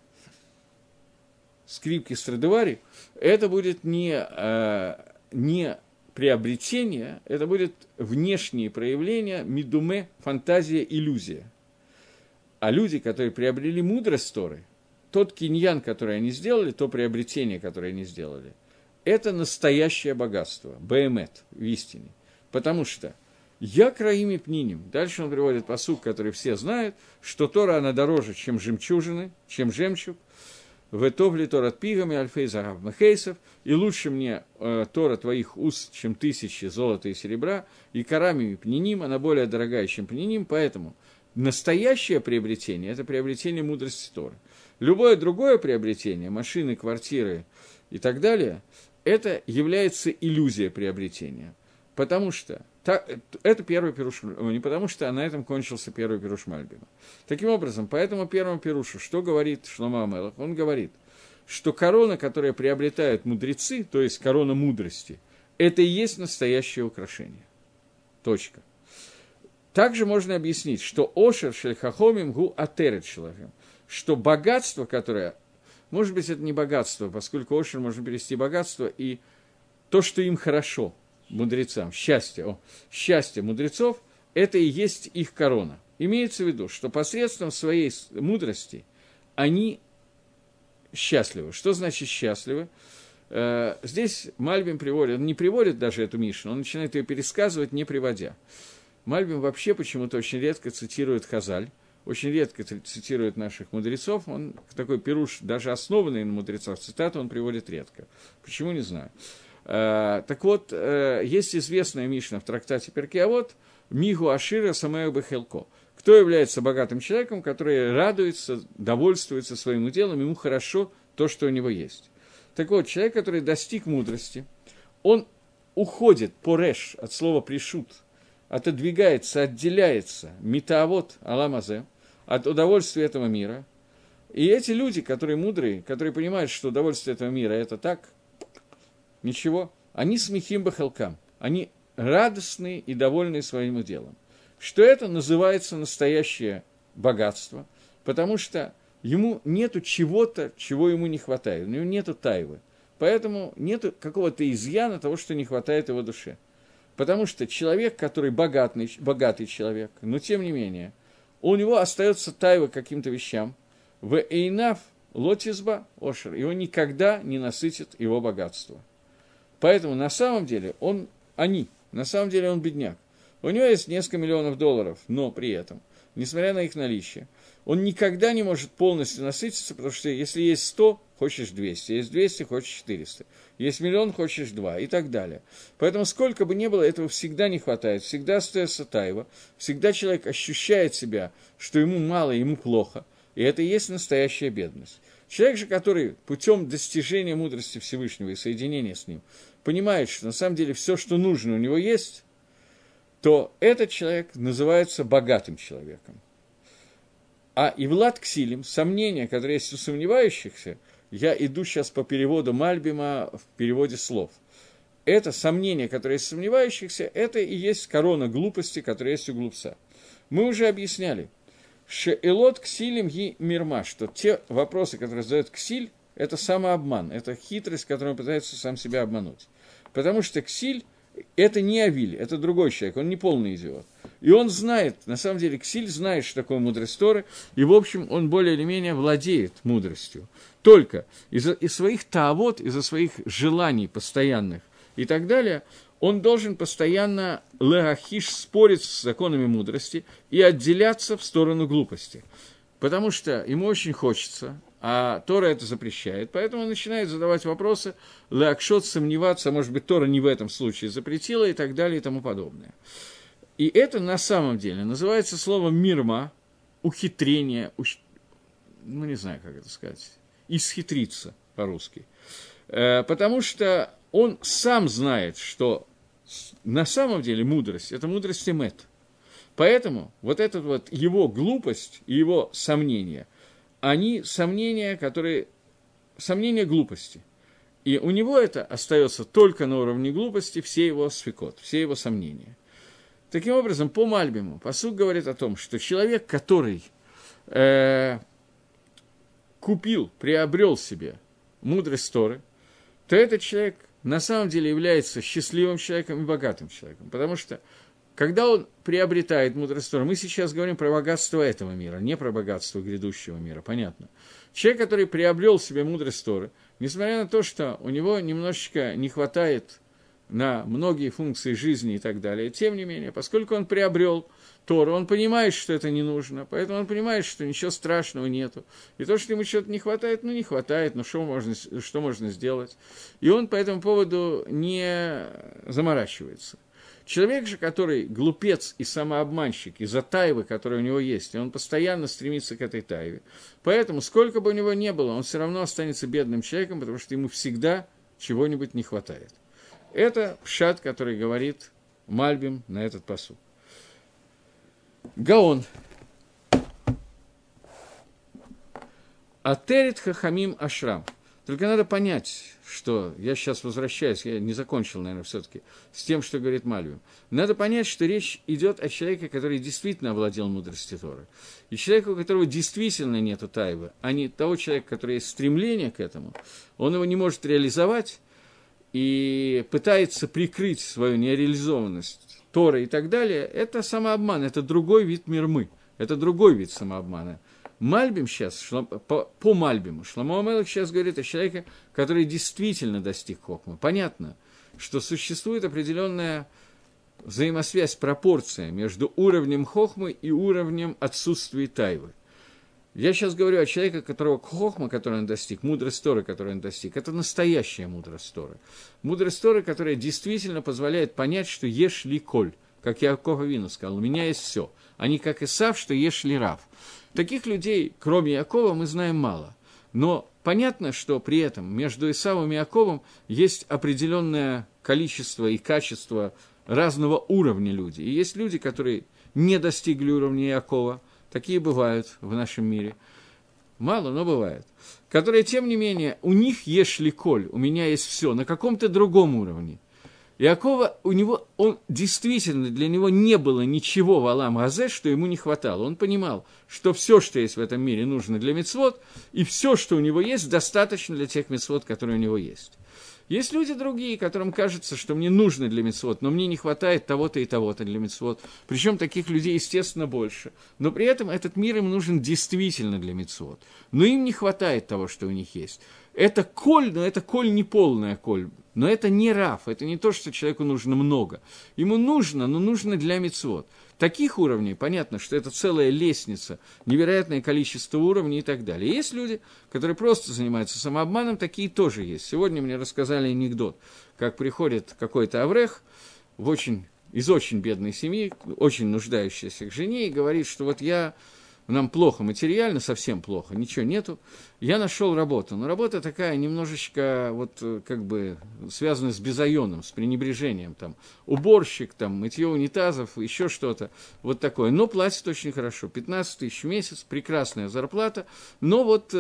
скрипки Страдивари – это будет не, не приобретение, это будет внешние проявления, медуме, фантазия, иллюзия. А люди, которые приобрели мудрость Торы, тот киньян, который они сделали, то приобретение, которое они сделали, это настоящее богатство, беэмет, в истине. Потому что я краими пниним. Дальше он приводит пасук, который все знают, что Тора, она дороже, чем жемчужины, чем жемчуг. «Ветовли Тора пигами, альфей загав мехейсов, и лучше мне э, Тора твоих уст, чем тысячи золота и серебра, и карами пниним, она более дорогая, чем пниним, поэтому настоящее приобретение – это приобретение мудрости Торы. Любое другое приобретение, машины, квартиры и так далее, это является иллюзией приобретения. Потому что та, это первый пируш, не потому что на этом кончился первый пируш Мальбима. Таким образом, по этому первому пирушу, что говорит Шломо ха-Мелех? Он говорит, что корона, которую приобретают мудрецы, то есть корона мудрости, это и есть настоящее украшение. Точка. Также можно объяснить, что ошер шельхахомим гу атерет шелахем, что богатство, которое, может быть, это не богатство, поскольку ошер можно перевести богатство, и то, что им хорошо, мудрецам, счастье, о, счастье мудрецов, это и есть их корона. Имеется в виду, что посредством своей мудрости они счастливы. Что значит счастливы? Э, здесь Мальбим приводит, он не приводит даже эту Мишну, он начинает ее пересказывать, не приводя. Мальбим вообще почему-то очень редко цитирует Хазаль, очень редко цитирует наших мудрецов, он такой пируш, даже основанный на мудрецах, цитату он приводит редко. Почему, не знаю. Uh, так вот, uh, есть известная Мишна в трактате Перкей Авот «Мигу Ашира Самею Бехелко». Кто является богатым человеком, который радуется, довольствуется своим делом, ему хорошо то, что у него есть. Так вот, человек, который достиг мудрости, он уходит пореш от слова пришут, отодвигается, отделяется митаавот аламазе от удовольствия этого мира. И эти люди, которые мудрые, которые понимают, что удовольствие этого мира – это так, ничего, они смехим бахалкам, они радостные и довольные своим делом. Что это называется настоящее богатство, потому что ему нету чего-то, чего ему не хватает, у него нету тайвы, поэтому нету какого-то изъяна того, что не хватает его душе. Потому что человек, который богатый, богатый человек, но тем не менее, у него остается тайва к каким-то вещам, в эйнаф лотизба ошер, его никогда не насытит его богатство. Поэтому на самом деле он, они, на самом деле он бедняк. У него есть несколько миллионов долларов, но при этом, несмотря на их наличие, он никогда не может полностью насытиться, потому что если есть сто, хочешь двести, есть двести, хочешь четыреста, есть миллион, хочешь два и так далее. Поэтому сколько бы ни было, этого всегда не хватает, всегда остается тайва, всегда человек ощущает себя, что ему мало, ему плохо, и это и есть настоящая бедность. Человек же, который путем достижения мудрости Всевышнего и соединения с ним понимает, что на самом деле все, что нужно, у него есть, то этот человек называется богатым человеком. А Ивлад Ксилим, сомнения, которые есть у сомневающихся, я иду сейчас по переводу Мальбима в переводе слов. Это сомнения, которые есть у сомневающихся, это и есть корона глупости, которая есть у глупца. Мы уже объясняли, Шеэлот ксилем ги мирма, что те вопросы, которые задает ксиль, это самообман, это хитрость, которой он пытается сам себя обмануть. Потому что ксиль – это не Авиль, это другой человек, он не полный идиот. И он знает, на самом деле, ксиль знает, что такое мудрость Торы, и, в общем, он более или менее владеет мудростью. Только из-за из своих таавот, из-за своих желаний постоянных и так далее, он должен постоянно леахиш спорить с законами мудрости и отделяться в сторону глупости. Потому что ему очень хочется, а Тора это запрещает, поэтому он начинает задавать вопросы, леакшот, сомневаться, может быть, Тора не в этом случае запретила и так далее и тому подобное. И это на самом деле называется словом мирма, ухитрение, ух... ну не знаю, как это сказать, исхитриться по-русски. Э, потому что он сам знает, что на самом деле мудрость – это мудрость эмет. Поэтому вот эта вот его глупость и его сомнения, они сомнения, которые, сомнения глупости. И у него это остается только на уровне глупости, все его сфикот, все его сомнения. Таким образом, по Мальбиму пасук говорит о том, что человек, который э, купил, приобрел себе мудрость Торы, то этот человек на самом деле является счастливым человеком и богатым человеком. Потому что, когда он приобретает мудрость Торы, мы сейчас говорим про богатство этого мира, не про богатство грядущего мира, понятно. Человек, который приобрел себе мудрость Торы, несмотря на то, что у него немножечко не хватает на многие функции жизни и так далее, тем не менее, поскольку он приобрел Тору, он понимает, что это не нужно, поэтому он понимает, что ничего страшного нету. И то, что ему чего-то не хватает, ну не хватает, ну что можно, что можно сделать? И он по этому поводу не заморачивается. Человек же, который глупец и самообманщик из-за тайвы, которая у него есть, и он постоянно стремится к этой тайве, поэтому сколько бы у него ни было, он все равно останется бедным человеком, потому что ему всегда чего-нибудь не хватает. Это пшат, который говорит Мальбим на этот пасук. Гаон. Атерит хахамим ашрам. Только надо понять, что я сейчас возвращаюсь, я не закончил, наверное, все-таки, с тем, что говорит Мальбим. Надо понять, что речь идет о человеке, который действительно овладел мудростью Торы. И человеку, у которого действительно нету тайвы, а не того человека, который есть стремление к этому, он его не может реализовать и пытается прикрыть свою нереализованность Торы и так далее, это самообман, это другой вид мирмы, это другой вид самообмана. Мальбим сейчас, по, по Мальбиму, Шломо ха-Мелех сейчас говорит о человеке, который действительно достиг хохмы. Понятно, что существует определенная взаимосвязь, пропорция между уровнем хохмы и уровнем отсутствия тайвы. Я сейчас говорю о человеке, которого хохма, который он достиг, мудрость Торы, которую он достиг, это настоящая мудрость Торы. Мудрость Торы, которая действительно позволяет понять, что ешь ли коль, как Яаков Авину сказал, у меня есть все, а не как Исав, что ешь ли рав. Таких людей, кроме Яакова, мы знаем мало. Но понятно, что при этом между Исавом и Яаковом есть определенное количество и качество разного уровня людей. И есть люди, которые не достигли уровня Яакова, такие бывают в нашем мире. Мало, но бывают. Которые, тем не менее, у них ешь ли коль, у меня есть все, на каком-то другом уровне. Иакова, у него, он действительно, для него не было ничего в Алам Газе, что ему не хватало. Он понимал, что все, что есть в этом мире, нужно для мицвот, и все, что у него есть, достаточно для тех мицвот, которые у него есть. Есть люди другие, которым кажется, что мне нужно для мицвот, но мне не хватает того-то и того-то для мицвот. Причем таких людей, естественно, больше. Но при этом этот мир им нужен действительно для мицвот. Но им не хватает того, что у них есть. Это коль, но это коль не полная коль. Но это не рав, это не то, что человеку нужно много. Ему нужно, но нужно для мицвот. Таких уровней, понятно, что это целая лестница, невероятное количество уровней и так далее. Есть люди, которые просто занимаются самообманом, такие тоже есть. Сегодня мне рассказали анекдот, как приходит какой-то аврех в очень, из очень бедной семьи, очень нуждающийся к жене, и говорит, что вот я... Нам плохо материально, совсем плохо, ничего нету. Я нашел работу, но работа такая немножечко вот как бы связана с безайоном, с пренебрежением. Там, уборщик, там, мытье унитазов, еще что-то вот такое. Но платят очень хорошо, пятнадцать тысяч в месяц, прекрасная зарплата, но вот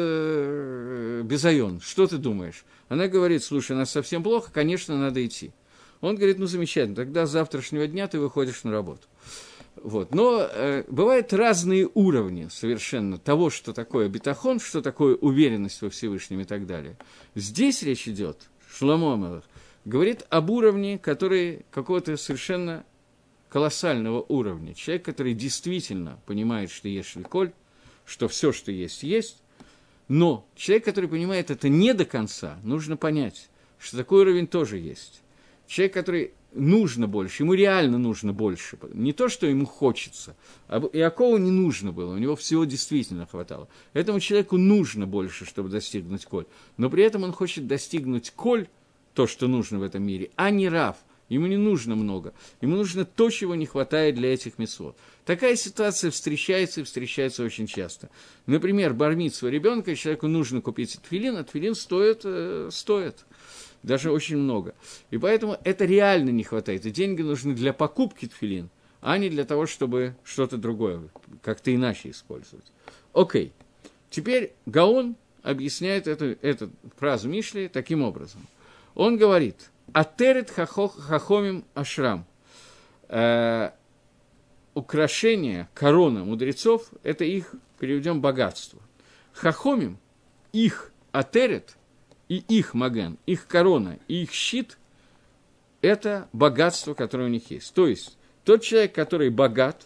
э, безайон, что ты думаешь? Она говорит, слушай, у нас совсем плохо, конечно, надо идти. Он говорит, ну замечательно, тогда с завтрашнего дня ты выходишь на работу. Вот. Но э, бывают разные уровни совершенно того, что такое битахон, что такое уверенность во Всевышнем и так далее. Здесь речь идет, Шломо ха-Мелех говорит об уровне, который какого-то совершенно колоссального уровня. Человек, который действительно понимает, что есть шельколь, что все, что есть, есть. Но человек, который понимает это не до конца, нужно понять, что такой уровень тоже есть. Человек, который нужно больше, ему реально нужно больше. Не то, что ему хочется. А Иакову не нужно было, у него всего действительно хватало. Этому человеку нужно больше, чтобы достигнуть коль. Но при этом он хочет достигнуть коль, то, что нужно в этом мире, а не рав. Ему не нужно много. Ему нужно то, чего не хватает для этих мицвот. Такая ситуация встречается и встречается очень часто. Например, бар-мицва ребенка, человеку нужно купить тфилин, а тфилин стоит, э, стоит даже очень много. И поэтому это реально не хватает. И деньги нужны для покупки тфилин, а не для того, чтобы что-то другое, как-то иначе использовать. Окей. Теперь Гаон объясняет эту, эту фразу Мишли таким образом. Он говорит, «Атерет хахомим ашрам». Э, украшение, корона мудрецов – это их, переведем, богатство. Хахомим, их атерет и их маген, их корона и их щит – это богатство, которое у них есть. То есть, тот человек, который богат,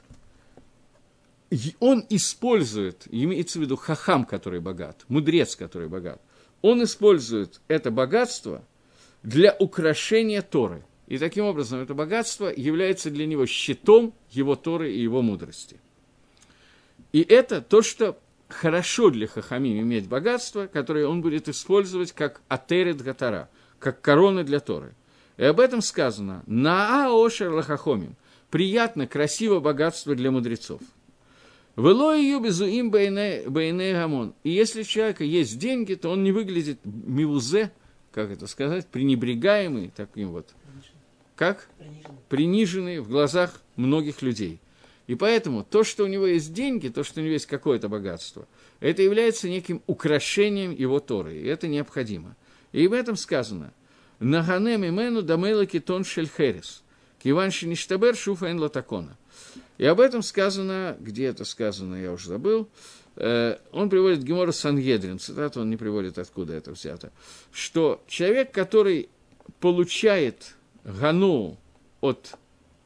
он использует, имеется в виду хахам, который богат, мудрец, который богат, он использует это богатство для украшения Торы. И таким образом это богатство является для него щитом его Торы и его мудрости. И это то, что хорошо для хахамим иметь богатство, которое он будет использовать как атерет гатара, как корона для Торы. И об этом сказано «Наа ошер лахахомим» – приятно, красиво богатство для мудрецов. «Вело ее безуим бейней гамон» – и если у человека есть деньги, то он не выглядит мивузе, как это сказать, пренебрегаемый таким вот, как? Приниженный. Приниженный в глазах многих людей. И поэтому то, что у него есть деньги, то, что у него есть какое-то богатство, это является неким украшением его Торы, и это необходимо. И в этом сказано «Нагане мимену дамейла китон шель херес, киван шиништабер шуфа эн латакона». И об этом сказано, где это сказано, я уже забыл, он приводит Гемора Сангедрин, цитату он не приводит, откуда это взято, что человек, который получает гану от,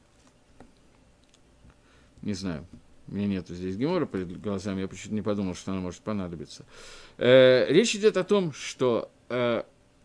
не знаю, у меня нету здесь Гемора перед глазами, я почему-то не подумал, что она может понадобиться. Э, речь идет о том, что э,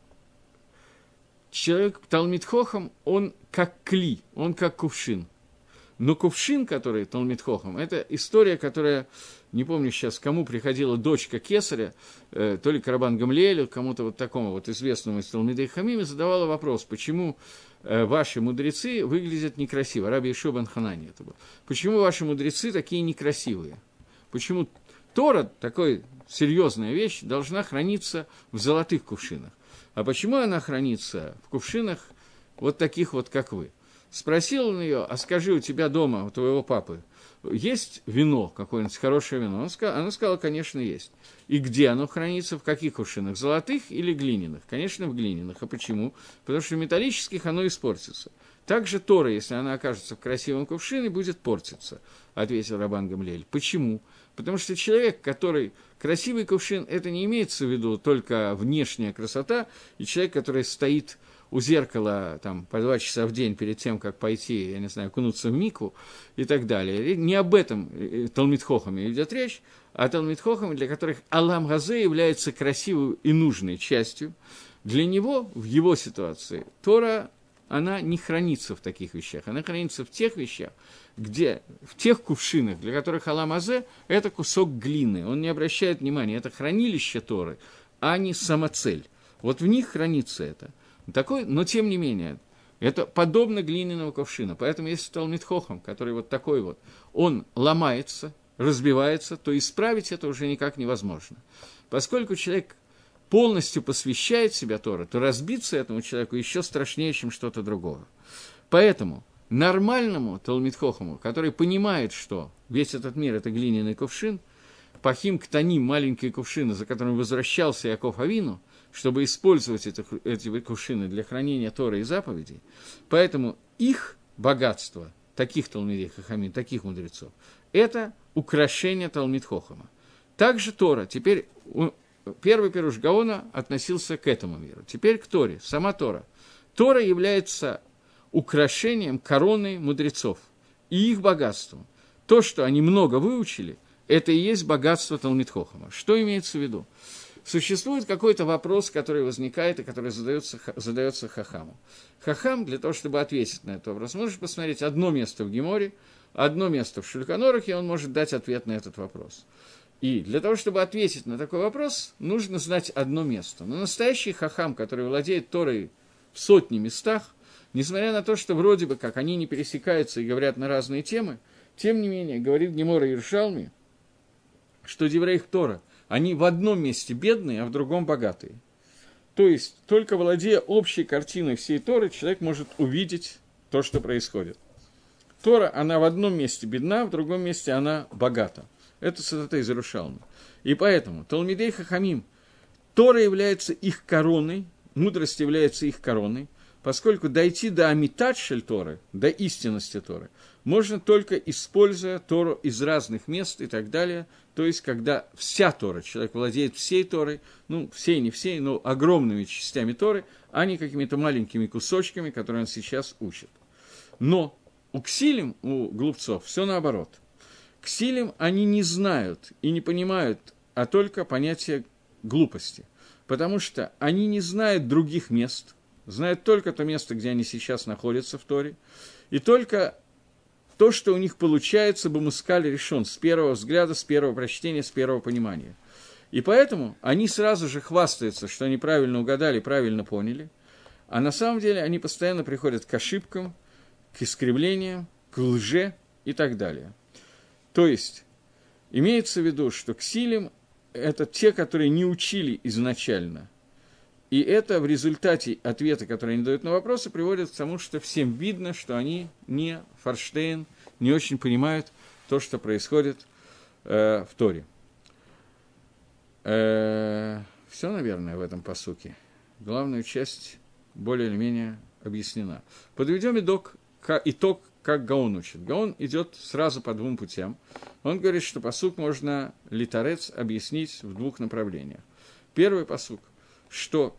человек Талмид Хохам, он как кли, он как кувшин. Но кувшин, который Талмид Хохам, это история, которая, не помню сейчас, кому приходила дочка Кесаря, э, то ли к Рабан Гамлиэлю, кому-то вот такому вот известному из Талмидей Хамим, задавала вопрос, почему э, ваши мудрецы выглядят некрасиво. Раби Йешуа бен Ханани это был. Почему ваши мудрецы такие некрасивые? Почему Тора, такая серьезная вещь, должна храниться в золотых кувшинах? А почему она хранится в кувшинах вот таких вот, как вы? Спросил он ее, а скажи, у тебя дома, у твоего папы, есть вино, какое-нибудь хорошее вино? Она сказала, конечно, есть. И где оно хранится, в каких кувшинах? Золотых или глиняных? Конечно, в глиняных. А почему? Потому что в металлических оно испортится. Также Тора, если она окажется в красивом кувшине, будет портиться, ответил Рабан Гамлиэль. Почему? Потому что человек, который... Красивый кувшин, это не имеется в виду только внешняя красота, и человек, который стоит у зеркала там, по два часа в день перед тем, как пойти, я не знаю, окунуться в микву и так далее. Не об этом Талмид Хохаме идет речь, а Талмид Хохаме, для которых Алам Газе является красивой и нужной частью. Для него, в его ситуации, Тора, она не хранится в таких вещах, она хранится в тех вещах, где, в тех кувшинах, для которых Алам Азе – это кусок глины, он не обращает внимания, это хранилище Торы, а не самоцель. Вот в них хранится это. Такой, но тем не менее, это подобно глиняного кувшина. Поэтому если Талмид Хохам, который вот такой вот, он ломается, разбивается, то исправить это уже никак невозможно. Поскольку человек полностью посвящает себя Торе, то разбиться этому человеку еще страшнее, чем что-то другое. Поэтому нормальному Талмид Хохаму, который понимает, что весь этот мир – это глиняный кувшин, пахим ктаним, маленькие кувшины, за которым возвращался Яаков Авину, чтобы использовать это, эти кувшины для хранения Торы и заповедей. Поэтому их богатство таких Талмидей Хахамим, таких мудрецов, это украшение Талмид Хохама. Также Тора, теперь первый Пируш Гаона относился к этому миру. Теперь к Торе, сама Тора. Тора является украшением короны мудрецов и их богатством. То, что они много выучили, это и есть богатство Талмид Хохама. Что имеется в виду? Существует какой-то вопрос, который возникает и который задается, задается Хахаму. Хахам, для того, чтобы ответить на этот вопрос, может посмотреть одно место в Геморе, одно место в Шульхан Орухе, и он может дать ответ на этот вопрос. И для того, чтобы ответить на такой вопрос, нужно знать одно место. Но настоящий Хахам, который владеет Торой в сотни местах, несмотря на то, что вроде бы как они не пересекаются и говорят на разные темы, тем не менее, говорит Гемора Иерушалми, что Деврейх Тора, они в одном месте бедные, а в другом богатые. То есть, только владея общей картиной всей Торы, человек может увидеть то, что происходит. Тора, она в одном месте бедна, в другом месте она богата. Это цитата из Иерушалми. И поэтому Талмидей Хахамим, Тора является их короной, мудрость является их короной, поскольку дойти до амитат шель Торы, до истинности Торы, можно только используя Тору из разных мест и так далее, то есть когда вся Тора, человек владеет всей Торой, ну, всей, не всей, но огромными частями Торы, а не какими-то маленькими кусочками, которые он сейчас учит. Но у ксилим, у глупцов, все наоборот. Ксилим они не знают и не понимают, а только понятие глупости, потому что они не знают других мест, знают только то место, где они сейчас находятся в Торе, и только то, что у них получается бамускаль решен с первого взгляда, с первого прочтения, с первого понимания. И поэтому они сразу же хвастаются, что они правильно угадали, правильно поняли, а на самом деле они постоянно приходят к ошибкам, к искривлениям, к лже и так далее. То есть имеется в виду, что ксилим – это те, которые не учили изначально. И это в результате ответа, которые они дают на вопросы, приводит к тому, что всем видно, что они не форштейн, не очень понимают то, что происходит э, в Торе. Э, все, наверное, в этом пасуке. Главная часть более или менее объяснена. Подведем итог, итог как Гаон учит. Гаон идет сразу по двум путям. Он говорит, что пасук можно литарец объяснить в двух направлениях. Первый пасук, что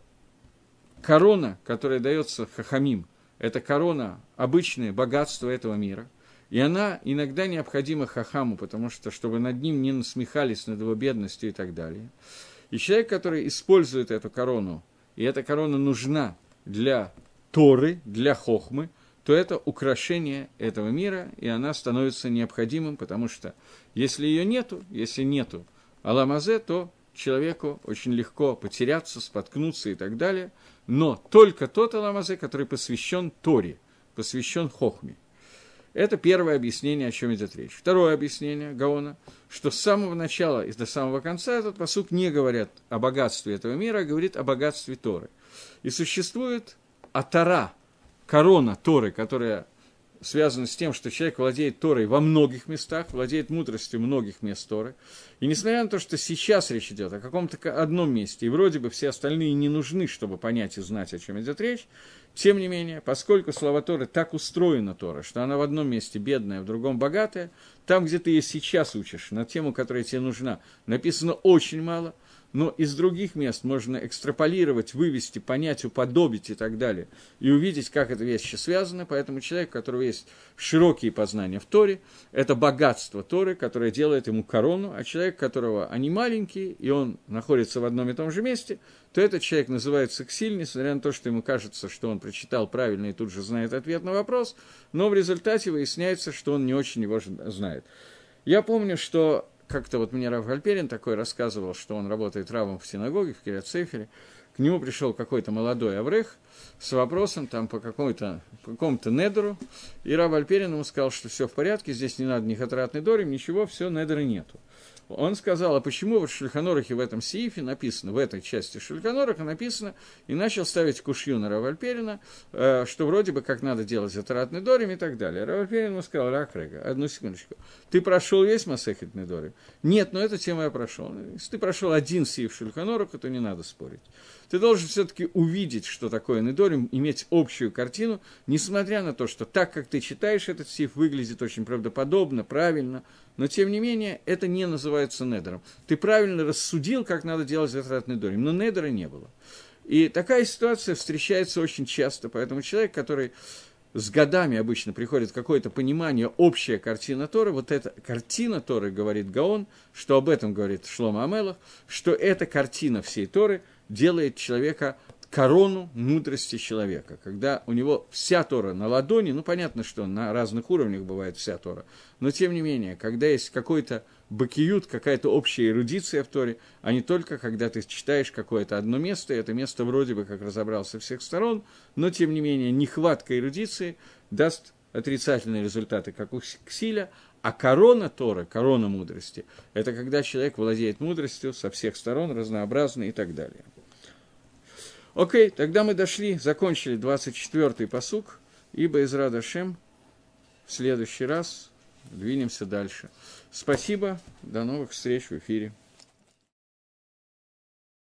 корона, которая дается Хахамим, это корона, обычное богатство этого мира, и она иногда необходима Хахаму, потому что, чтобы над ним не насмехались над его бедностью и так далее. И человек, который использует эту корону, и эта корона нужна для Торы, для Хохмы, то это украшение этого мира, и она становится необходимым, потому что если ее нету, если нету Аламазе, то человеку очень легко потеряться, споткнуться и так далее, но только тот Аламазе, который посвящен Торе, посвящен Хохме. Это первое объяснение, о чем идет речь. Второе объяснение Гаона, что с самого начала и до самого конца этот пасук не говорит о богатстве этого мира, а говорит о богатстве Торы. И существует атара, корона Торы, которая связана с тем, что человек владеет Торой во многих местах, владеет мудростью многих мест Торы. И несмотря на то, что сейчас речь идет о каком-то одном месте, и вроде бы все остальные не нужны, чтобы понять и знать, о чем идет речь, тем не менее, поскольку слова Торы так устроена Тора, что она в одном месте бедная, в другом богатая, там, где ты ее сейчас учишь, на тему, которая тебе нужна, написано очень мало, но из других мест можно экстраполировать, вывести, понять, уподобить и так далее, и увидеть, как эти вещи связаны. Поэтому человек, у которого есть широкие познания в Торе, это богатство Торы, которое делает ему корону, а человек, у которого они маленькие, и он находится в одном и том же месте, то этот человек называется ксиль, несмотря на то, что ему кажется, что он прочитал правильно и тут же знает ответ на вопрос, но в результате выясняется, что он не очень его знает. Я помню, что как-то вот мне Рав Гальперин такой рассказывал, что он работает равом в синагоге, в Кирьят-Сейфере. К нему пришел какой-то молодой аврех с вопросом там, по, какой-то, по какому-то недеру, и Рав Гальперин ему сказал, что все в порядке, здесь не надо ни хатратный дорим, ничего, все, недера нету. Он сказал, а почему вот в Шульхан Арухе в этом сиифе написано, в этой части Шульхан Аруха написано, и начал ставить кушью на Рав Альперина, э, что вроде бы как надо делать за Торат Недорим и так далее. Рав Альперин ему сказал, Рак, Рега, одну секундочку, ты прошел весь Масехет Недорим? Нет, но эту тему я прошел. Если ты прошел один сииф Шульхан Аруха, то не надо спорить. Ты должен все-таки увидеть, что такое Недорим, иметь общую картину, несмотря на то, что так, как ты читаешь этот сииф, выглядит очень правдоподобно, правильно, но, тем не менее, это не называется недером. Ты правильно рассудил, как надо делать Торат Недорим, но недера не было. И такая ситуация встречается очень часто, поэтому человек, который с годами обычно приходит какое-то понимание, общая картина Торы, вот эта картина Торы, говорит Гаон, что об этом говорит Шломо Амелах, что эта картина всей Торы делает человека корону мудрости человека, когда у него вся Тора на ладони, ну, понятно, что на разных уровнях бывает вся Тора, но, тем не менее, когда есть какой-то бакиют, какая-то общая эрудиция в Торе, а не только, когда ты читаешь какое-то одно место, и это место вроде бы как разобрался всех сторон, но, тем не менее, нехватка эрудиции даст отрицательные результаты, как у Ксиля, а корона Торы, корона мудрости, это когда человек владеет мудростью со всех сторон, разнообразной и так далее. Окей, тогда мы дошли, закончили двадцать четвёртый пасук, и Бе'эзрат Ашем в следующий раз двинемся дальше. Спасибо, до новых встреч в эфире.